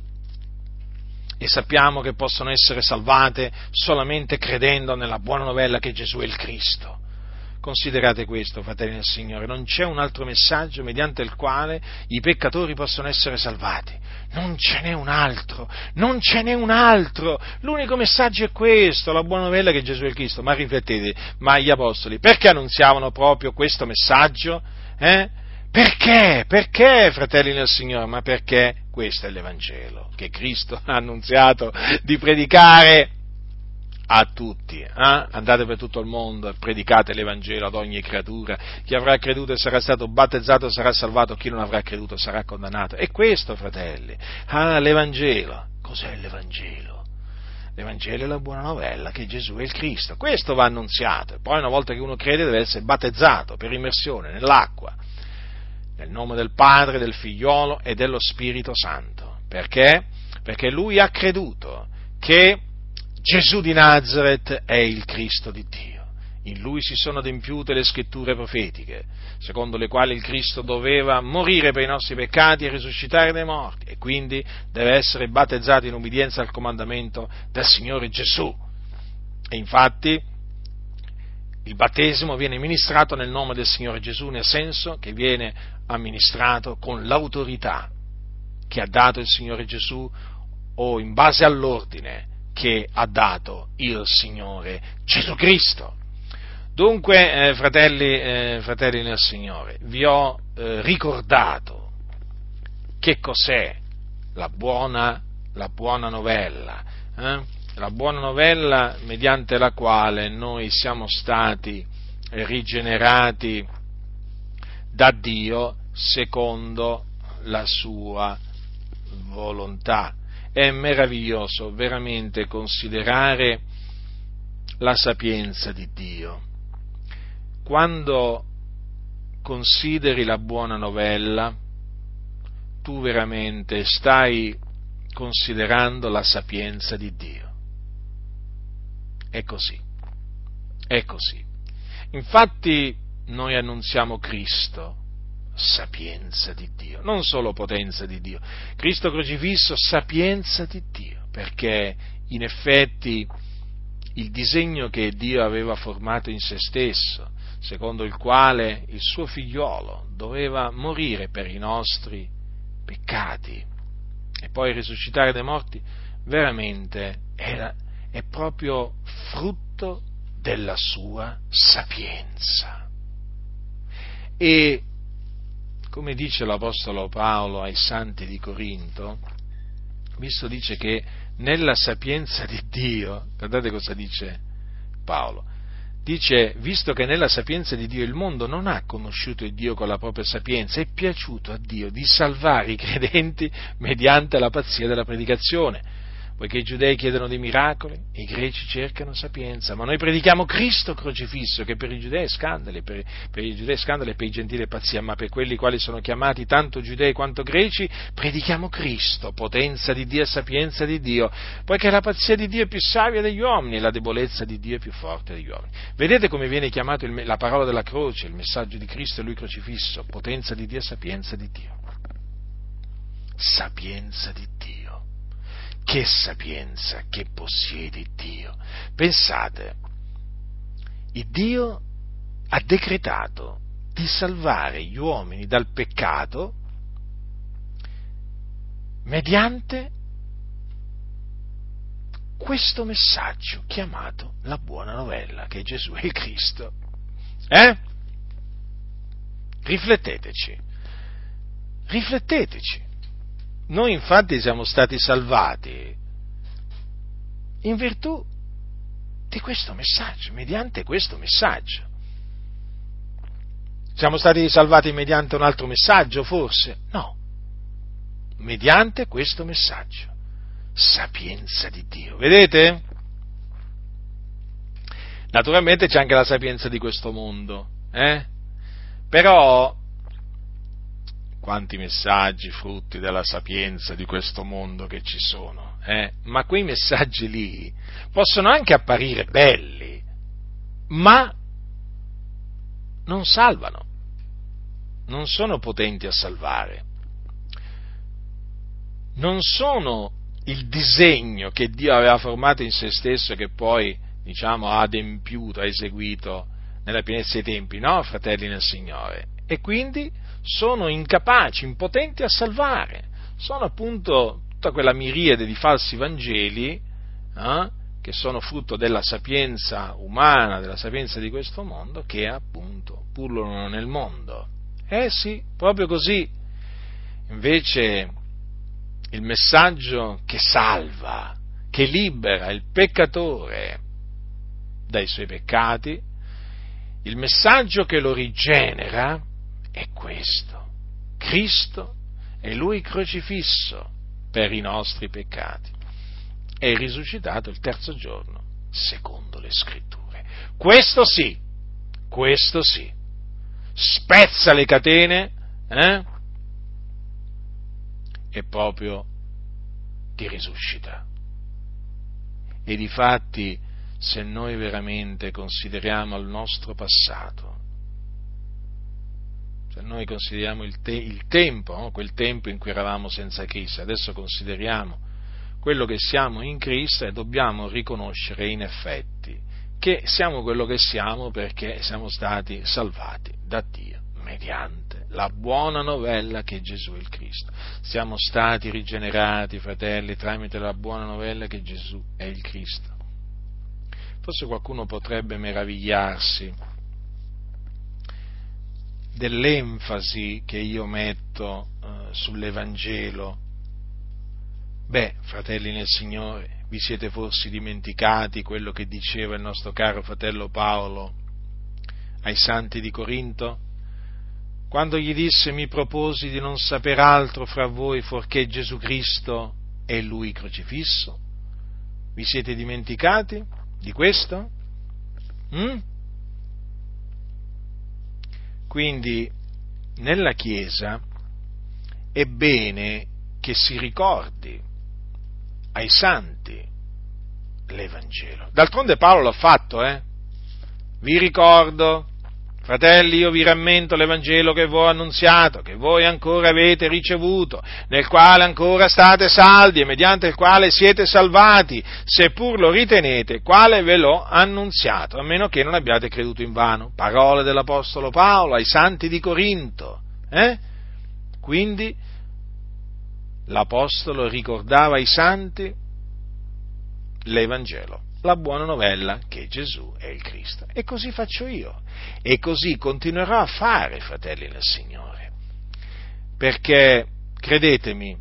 e sappiamo che possono essere salvate solamente credendo nella buona novella che Gesù è il Cristo. Considerate questo, fratelli del Signore, non c'è un altro messaggio mediante il quale i peccatori possono essere salvati, non ce n'è un altro, l'unico messaggio è questo, la buona novella che Gesù è il Cristo. Ma riflettete, ma gli apostoli, perché annunziavano proprio questo messaggio? Perché? Perché, fratelli del Signore? Ma perché questo è l'Evangelo che Cristo ha annunziato di predicare a tutti, andate per tutto il mondo e predicate l'Evangelo ad ogni creatura, chi avrà creduto e sarà stato battezzato sarà salvato, chi non avrà creduto sarà condannato. E questo, fratelli, l'Evangelo, cos'è l'Evangelo? L'Evangelo è la buona novella che Gesù è il Cristo, questo va annunziato, e poi una volta che uno crede deve essere battezzato per immersione nell'acqua, nel nome del Padre, del Figliolo e dello Spirito Santo. Perché? Perché lui ha creduto che Gesù di Nazaret è il Cristo di Dio. In lui si sono adempiute le scritture profetiche, secondo le quali il Cristo doveva morire per i nostri peccati e risuscitare dai morti, e quindi deve essere battezzato in ubbidienza al comandamento del Signore Gesù. E infatti il battesimo viene ministrato nel nome del Signore Gesù, nel senso che viene amministrato con l'autorità che ha dato il Signore Gesù o in base all'ordine che ha dato il Signore Gesù Cristo. Dunque, fratelli nel Signore, vi ho ricordato che cos'è la buona novella, la buona novella mediante la quale noi siamo stati rigenerati da Dio secondo la sua volontà. È meraviglioso veramente considerare la sapienza di Dio. Quando consideri la buona novella, tu veramente stai considerando la sapienza di Dio. È così. Infatti noi annunziamo Cristo, sapienza di Dio, non solo potenza di Dio. Cristo crocifisso, sapienza di Dio, perché in effetti il disegno che Dio aveva formato in se stesso, secondo il quale il suo figliolo doveva morire per i nostri peccati e poi risuscitare dai morti, veramente è proprio frutto della sua sapienza. E come dice l'Apostolo Paolo ai Santi di Corinto, visto dice che nella sapienza di Dio, guardate cosa dice Paolo, dice, visto che nella sapienza di Dio il mondo non ha conosciuto il Dio con la propria sapienza, è piaciuto a Dio di salvare i credenti mediante la pazzia della predicazione, poiché i giudei chiedono dei miracoli e i greci cercano sapienza, ma noi predichiamo Cristo crocifisso, che per i giudei è scandalo, e per i giudei è scandalo e per i gentili è pazzia, ma per quelli quali sono chiamati tanto giudei quanto greci predichiamo Cristo, potenza di Dio e sapienza di Dio, poiché la pazzia di Dio è più savia degli uomini e la debolezza di Dio è più forte degli uomini. Vedete come viene chiamato la parola della croce, il messaggio di Cristo e lui crocifisso, potenza di Dio e sapienza di Dio. Sapienza di Dio. Che sapienza che possiede Dio. Pensate, il Dio ha decretato di salvare gli uomini dal peccato mediante questo messaggio chiamato la buona novella, che Gesù è il Cristo. Rifletteteci. Noi infatti siamo stati salvati in virtù di questo messaggio, mediante questo messaggio. Siamo stati salvati mediante un altro messaggio, forse? No, mediante questo messaggio. Sapienza di Dio, vedete? Naturalmente c'è anche la sapienza di questo mondo, Però quanti messaggi frutti della sapienza di questo mondo che ci sono, ma quei messaggi lì possono anche apparire belli, ma non salvano, non sono potenti a salvare, non sono il disegno che Dio aveva formato in se stesso e che poi, ha adempiuto, ha eseguito nella pienezza dei tempi, no, fratelli nel Signore? E quindi sono incapaci, impotenti a salvare. Sono appunto tutta quella miriade di falsi Vangeli che sono frutto della sapienza umana, della sapienza di questo mondo, che appunto pullulano nel mondo. Sì, proprio così. Invece il messaggio che salva, che libera il peccatore dai suoi peccati, il messaggio che lo rigenera, è questo: Cristo è lui crocifisso per i nostri peccati, è risuscitato il terzo giorno secondo le scritture. Questo sì, spezza le catene e proprio ti risuscita. E difatti se noi veramente consideriamo il nostro passato, se noi consideriamo il tempo, no? Quel tempo in cui eravamo senza Cristo, adesso consideriamo quello che siamo in Cristo e dobbiamo riconoscere in effetti che siamo quello che siamo perché siamo stati salvati da Dio mediante la buona novella che Gesù è il Cristo. Siamo stati rigenerati, fratelli, tramite la buona novella che Gesù è il Cristo. Forse qualcuno potrebbe meravigliarsi dell'enfasi che io metto sull'Evangelo. Beh, fratelli nel Signore, vi siete forse dimenticati quello che diceva il nostro caro fratello Paolo ai santi di Corinto? Quando gli disse: mi proposi di non saper altro fra voi fuorché Gesù Cristo e Lui crocifisso. Vi siete dimenticati di questo? Quindi nella Chiesa è bene che si ricordi ai santi l'Evangelo. D'altronde Paolo l'ha fatto, Vi ricordo, fratelli, io vi rammento l'Evangelo che vi ho annunziato, che voi ancora avete ricevuto, nel quale ancora state saldi e mediante il quale siete salvati, seppur lo ritenete, quale ve l'ho annunziato, a meno che non abbiate creduto invano. Parole dell'Apostolo Paolo ai santi di Corinto. Quindi l'Apostolo ricordava ai santi l'Evangelo, la buona novella che Gesù è il Cristo. E così faccio io, e così continuerò a fare, fratelli nel Signore, perché, credetemi,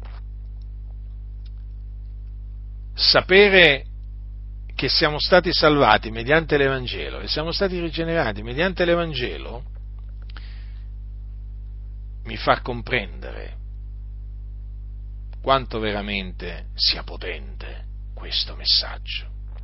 sapere che siamo stati salvati mediante l'Evangelo, che siamo stati rigenerati mediante l'Evangelo, mi fa comprendere quanto veramente sia potente questo messaggio.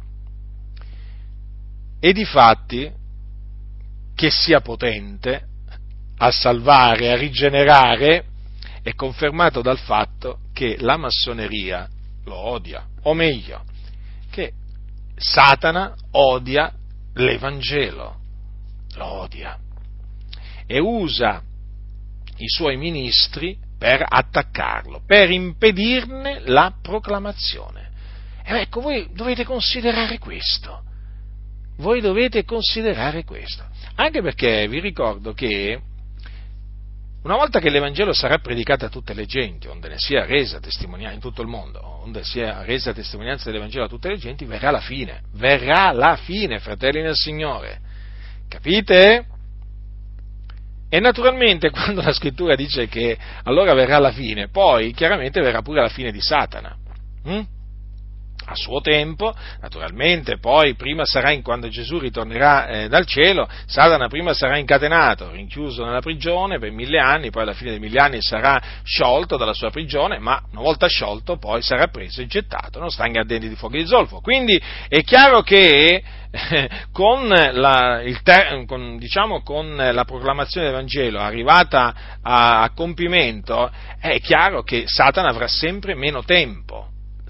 E difatti che sia potente a salvare, a rigenerare, è confermato dal fatto che la massoneria lo odia, o meglio, che Satana odia l'Evangelo, lo odia, e usa i suoi ministri per attaccarlo, per impedirne la proclamazione. E ecco, voi dovete considerare questo. Voi dovete considerare questo. Anche perché vi ricordo che una volta che l'Evangelo sarà predicato a tutte le genti, onde ne sia resa testimonianza in tutto il mondo, onde sia resa testimonianza dell'Evangelo a tutte le genti, verrà la fine, fratelli nel Signore. Capite? E naturalmente quando la Scrittura dice che allora verrà la fine, poi chiaramente verrà pure la fine di Satana. A suo tempo, naturalmente, poi prima sarà, quando Gesù ritornerà dal cielo, Satana prima sarà incatenato, rinchiuso nella prigione per 1000 anni, poi alla fine dei 1000 anni sarà sciolto dalla sua prigione, ma una volta sciolto poi sarà preso e gettato, non sta in ardenti di fuoco di zolfo. Quindi è chiaro che con la proclamazione del Vangelo arrivata a compimento, è chiaro che Satana avrà sempre meno tempo.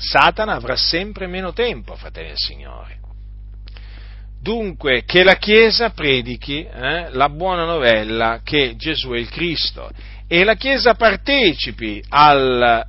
Fratelli del Signore. Dunque, che la Chiesa predichi la buona novella che Gesù è il Cristo, e la Chiesa partecipi alla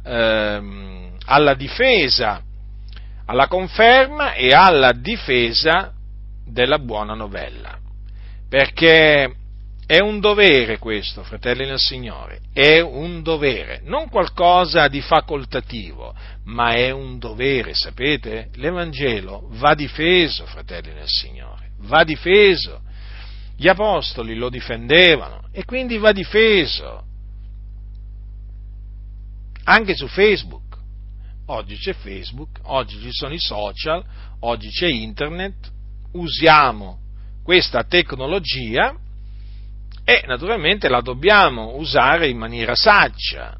difesa, alla conferma e alla difesa della buona novella, perché è un dovere questo, fratelli nel Signore, è un dovere, non qualcosa di facoltativo, ma è un dovere, sapete? L'Evangelo va difeso, fratelli nel Signore, va difeso. Gli apostoli lo difendevano e quindi va difeso. Anche su Facebook. Oggi c'è Facebook, oggi ci sono i social, oggi c'è Internet, usiamo questa tecnologia e naturalmente la dobbiamo usare in maniera saggia.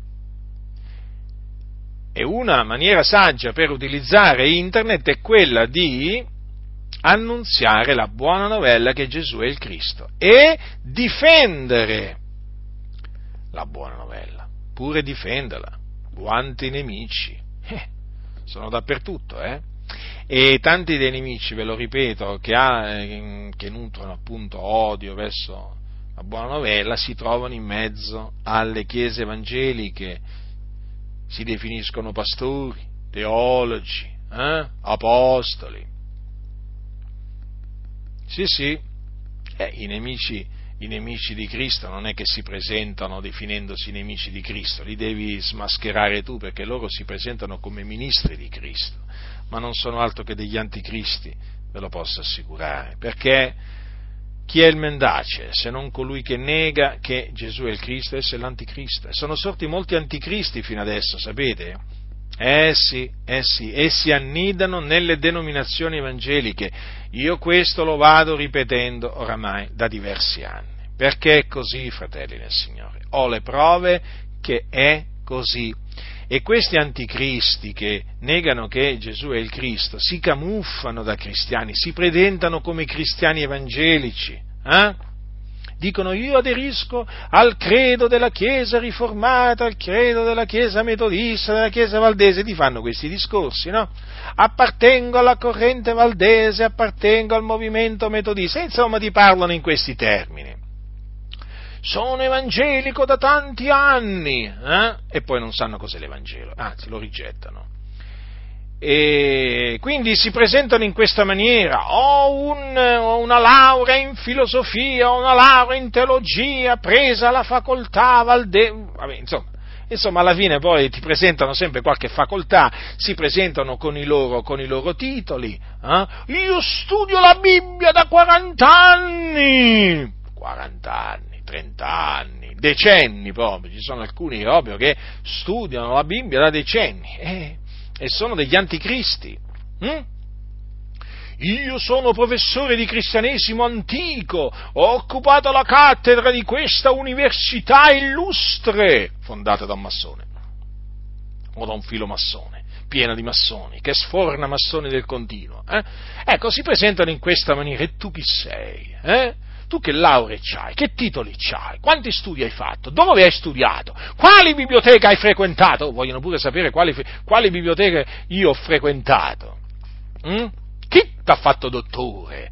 E una maniera saggia per utilizzare Internet è quella di annunziare la buona novella che Gesù è il Cristo e difendere la buona novella, pure difenderla. Quanti nemici sono dappertutto, E tanti dei nemici, ve lo ripeto, che nutrono appunto odio verso la buona novella, si trovano in mezzo alle chiese evangeliche, si definiscono pastori, teologi, apostoli. Sì, i nemici di Cristo non è che si presentano definendosi nemici di Cristo, li devi smascherare tu, perché loro si presentano come ministri di Cristo, ma non sono altro che degli anticristi, ve lo posso assicurare, perché chi è il mendace se non colui che nega che Gesù è il Cristo? Esso è l'anticristo. E sono sorti molti anticristi fino adesso, sapete? Sì, essi annidano nelle denominazioni evangeliche. Io questo lo vado ripetendo oramai da diversi anni. Perché è così, fratelli nel Signore? Ho le prove che è così. E questi anticristi che negano che Gesù è il Cristo si camuffano da cristiani, si presentano come cristiani evangelici, Dicono: io aderisco al credo della Chiesa riformata, al credo della Chiesa metodista, della Chiesa valdese, ti fanno questi discorsi, no? Appartengo alla corrente valdese, appartengo al movimento metodista, e insomma ti parlano in questi termini. Sono evangelico da tanti anni, e poi non sanno cos'è l'Evangelo, anzi lo rigettano. E quindi si presentano in questa maniera: ho una laurea in filosofia, ho una laurea in teologia, presa alla facoltà vabbè, insomma alla fine poi ti presentano sempre qualche facoltà, si presentano con i loro titoli, io studio la Bibbia da 40 anni, 30 anni, decenni proprio, ci sono alcuni proprio che studiano la Bibbia da decenni, e sono degli anticristi. Io sono professore di cristianesimo antico, ho occupato la cattedra di questa università illustre, fondata da un massone, o da un filomassone, piena di massoni, che sforna massoni del continuo. Ecco, si presentano in questa maniera: e tu chi sei? Tu che lauree c'hai? Che titoli c'hai? Quanti studi hai fatto? Dove hai studiato? Quali biblioteche hai frequentato? Vogliono pure sapere quali biblioteche io ho frequentato. Chi t'ha fatto dottore?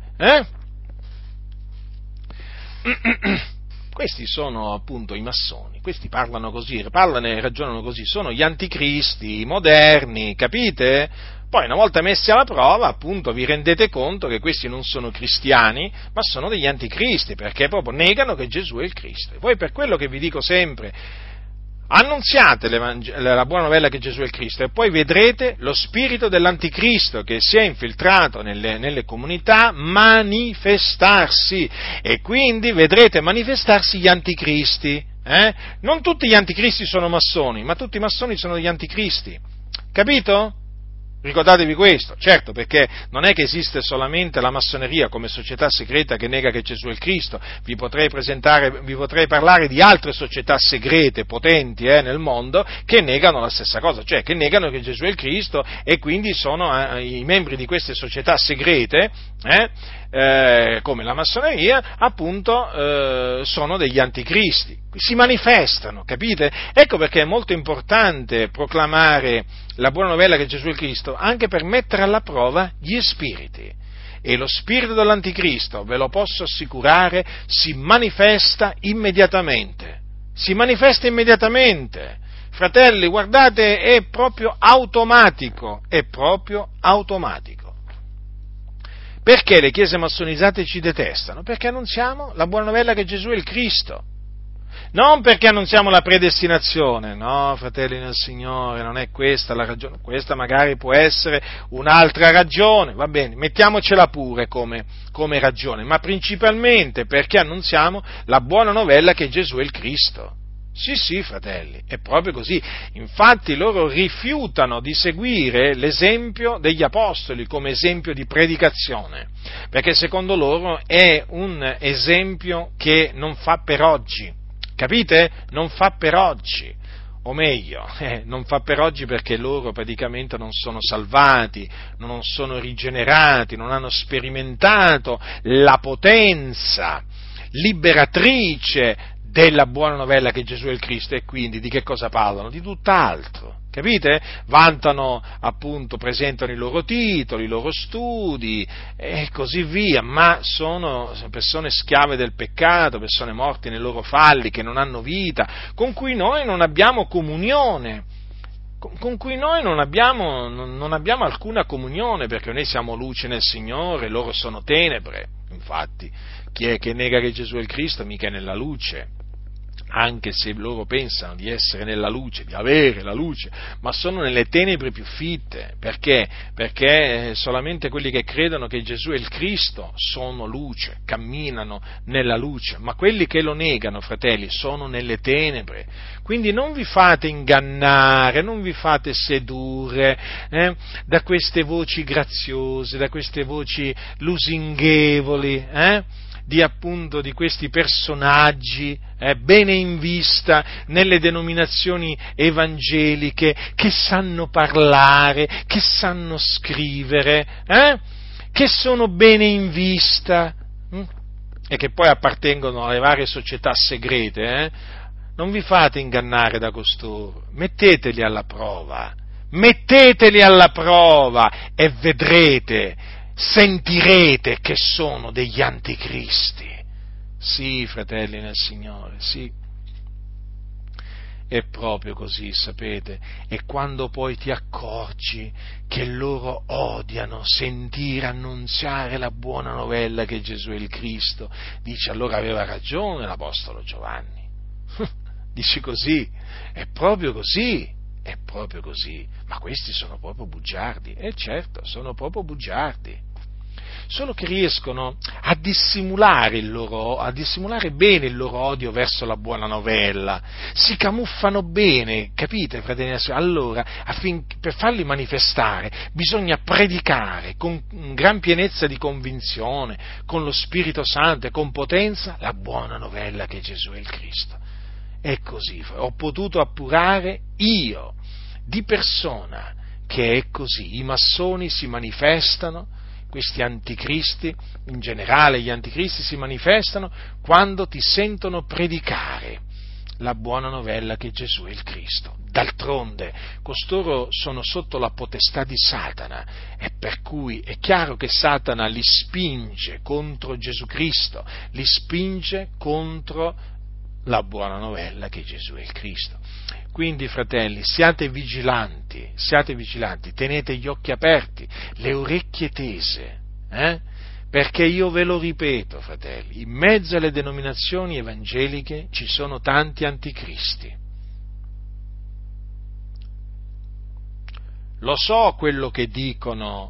Questi sono appunto i massoni, questi parlano così, parlano e ragionano così, sono gli anticristi moderni, capite? Poi una volta messi alla prova, appunto, vi rendete conto che questi non sono cristiani, ma sono degli anticristi, perché proprio negano che Gesù è il Cristo. E poi per quello che vi dico sempre: annunziate la buona novella che Gesù è il Cristo, e poi vedrete lo spirito dell'anticristo che si è infiltrato nelle comunità manifestarsi, e quindi vedrete manifestarsi gli anticristi. Non tutti gli anticristi sono massoni, ma tutti i massoni sono degli anticristi, capito? Ricordatevi questo, certo, perché non è che esiste solamente la massoneria come società segreta che nega che Gesù è il Cristo. Vi potrei parlare di altre società segrete, potenti nel mondo, che negano la stessa cosa, cioè che negano che Gesù è il Cristo, e quindi sono i membri di queste società segrete, come la massoneria, appunto, sono degli anticristi. Si manifestano, capite? Ecco perché è molto importante proclamare la buona novella che Gesù è il Cristo, anche per mettere alla prova gli spiriti. E lo spirito dell'anticristo, ve lo posso assicurare, si manifesta immediatamente. Fratelli, guardate, è proprio automatico. Perché le chiese massonizzate ci detestano? Perché annunziamo la buona novella che Gesù è il Cristo. Non perché annunziamo la predestinazione, no, fratelli nel Signore, non è questa la ragione, questa magari può essere un'altra ragione, va bene, mettiamocela pure come ragione, ma principalmente perché annunziamo la buona novella che Gesù è il Cristo. Sì, fratelli, è proprio così. Infatti loro rifiutano di seguire l'esempio degli apostoli come esempio di predicazione, perché secondo loro è un esempio che non fa per oggi. Capite? Non fa per oggi, o meglio, non fa per oggi perché loro praticamente non sono salvati, non sono rigenerati, non hanno sperimentato la potenza liberatrice della buona novella che Gesù è il Cristo, e quindi di che cosa parlano? Di tutt'altro, Capite? Vantano, appunto, presentano i loro titoli, i loro studi e così via, ma sono persone schiave del peccato, persone morte nei loro falli, che non hanno vita, con cui noi non abbiamo comunione, con cui noi non abbiamo alcuna comunione, perché noi siamo luce nel Signore, loro sono tenebre. Infatti, chi è che nega che Gesù è il Cristo mica è nella luce, anche se loro pensano di essere nella luce, di avere la luce, ma sono nelle tenebre più fitte. Perché? Perché solamente quelli che credono che Gesù è il Cristo sono luce, camminano nella luce, ma quelli che lo negano, fratelli, sono nelle tenebre. Quindi non vi fate ingannare, non vi fate sedurre da queste voci graziose, da queste voci lusinghevoli, di questi personaggi bene in vista nelle denominazioni evangeliche, che sanno parlare, che sanno scrivere, che sono bene in vista e che poi appartengono alle varie società segrete. Non vi fate ingannare da costoro, metteteli alla prova e vedrete, sentirete che sono degli anticristi. Sì, fratelli nel Signore, sì. È proprio così, sapete? E quando poi ti accorgi che loro odiano sentire annunziare la buona novella che Gesù è il Cristo, dici: allora aveva ragione l'Apostolo Giovanni. Dici così, è proprio così. È proprio così, ma questi sono proprio bugiardi, certo, sono proprio bugiardi, solo che riescono a dissimulare bene il loro odio verso la buona novella, si camuffano bene, capite, fratelli? Allora, per farli manifestare, bisogna predicare con gran pienezza di convinzione, con lo Spirito Santo e con potenza, la buona novella che Gesù è il Cristo. È così, ho potuto appurare io di persona che è così. I massoni si manifestano, questi anticristi, in generale gli anticristi si manifestano quando ti sentono predicare la buona novella che Gesù è il Cristo. D'altronde, costoro sono sotto la potestà di Satana, e per cui è chiaro che Satana li spinge contro Gesù Cristo, li spinge contro la buona novella che Gesù è il Cristo. Quindi, fratelli, siate vigilanti, tenete gli occhi aperti, le orecchie tese, perché io ve lo ripeto, fratelli, in mezzo alle denominazioni evangeliche ci sono tanti anticristi. Lo so quello che dicono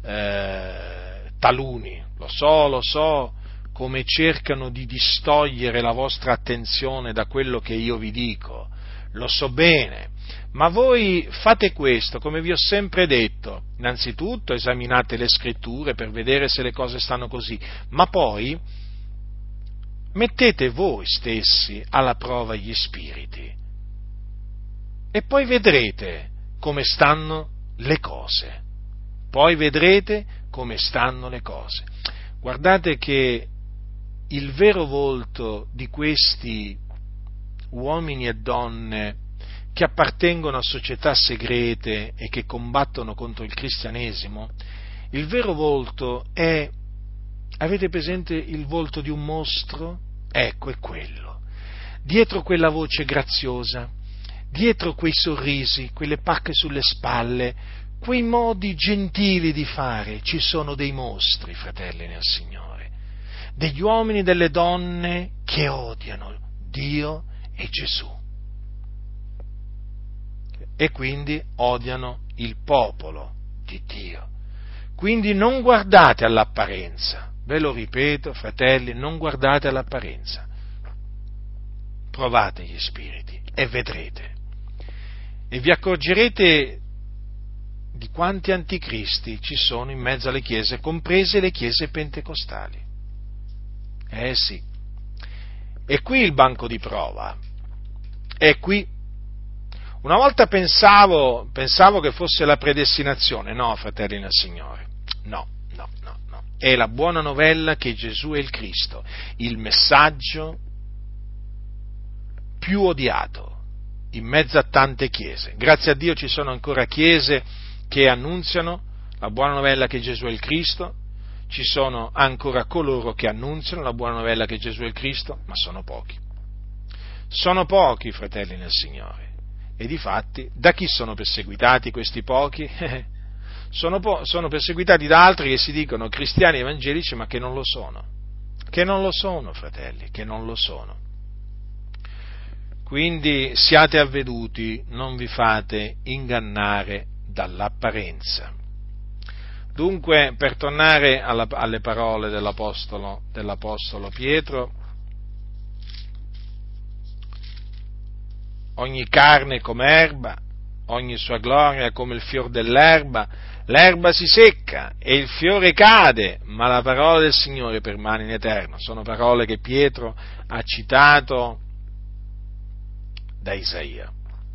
taluni, lo so come cercano di distogliere la vostra attenzione da quello che io vi dico, lo so bene, ma voi fate questo, come vi ho sempre detto: innanzitutto esaminate le scritture per vedere se le cose stanno così, ma poi mettete voi stessi alla prova gli spiriti e poi vedrete come stanno le cose. Guardate che il vero volto di questi uomini e donne che appartengono a società segrete e che combattono contro il cristianesimo, il vero volto è, avete presente il volto di un mostro? Ecco, è quello. Dietro quella voce graziosa, dietro quei sorrisi, quelle pacche sulle spalle, quei modi gentili di fare, ci sono dei mostri, fratelli nel Signore. Degli uomini e delle donne che odiano Dio e Gesù e quindi odiano il popolo di Dio. Quindi non guardate all'apparenza, ve lo ripeto, fratelli, non guardate all'apparenza, provate gli spiriti e vedrete, e vi accorgerete di quanti anticristi ci sono in mezzo alle chiese, comprese le chiese pentecostali. Sì, è qui il banco di prova, è qui. Una volta pensavo che fosse la predestinazione, no, fratelli nel Signore, no, è la buona novella che Gesù è il Cristo, il messaggio più odiato in mezzo a tante chiese. Grazie a Dio ci sono ancora chiese che annunziano la buona novella che Gesù è il Cristo, ci sono ancora coloro che annunziano la buona novella che Gesù è il Cristo, ma sono pochi. Sono pochi, fratelli nel Signore. E difatti, da chi sono perseguitati questi pochi? Sono perseguitati da altri che si dicono cristiani evangelici, ma che non lo sono. Che non lo sono, fratelli, che non lo sono. Quindi siate avveduti, non vi fate ingannare dall'apparenza. Dunque, per tornare alle parole dell'Apostolo Pietro, ogni carne è come erba, ogni sua gloria è come il fior dell'erba, l'erba si secca e il fiore cade, ma la parola del Signore permane in eterno. Sono parole che Pietro ha citato da Isaia.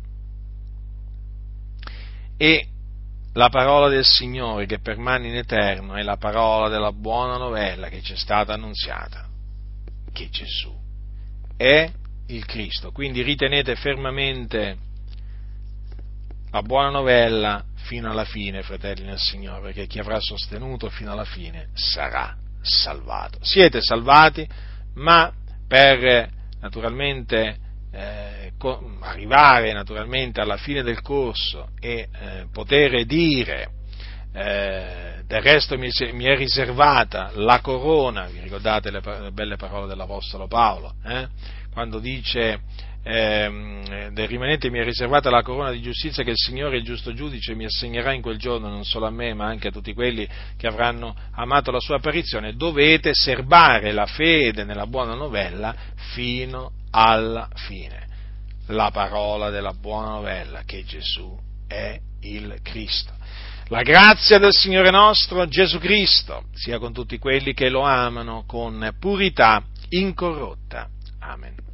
E la parola del Signore che permane in eterno è la parola della buona novella che ci è stata annunziata, che Gesù è il Cristo. Quindi ritenete fermamente la buona novella fino alla fine, fratelli nel Signore, perché chi avrà sostenuto fino alla fine sarà salvato. Siete salvati, ma per naturalmente arrivare naturalmente alla fine del corso e poter dire del resto mi è riservata la corona. Vi ricordate le belle parole dell'Apostolo Paolo, quando dice del rimanente mi è riservata la corona di giustizia che il Signore, il giusto giudice, mi assegnerà in quel giorno, non solo a me ma anche a tutti quelli che avranno amato la sua apparizione. Dovete serbare la fede nella buona novella fino alla fine. La parola della buona novella che Gesù è il Cristo. La grazia del Signore nostro Gesù Cristo sia con tutti quelli che lo amano con purità incorrotta. Amen.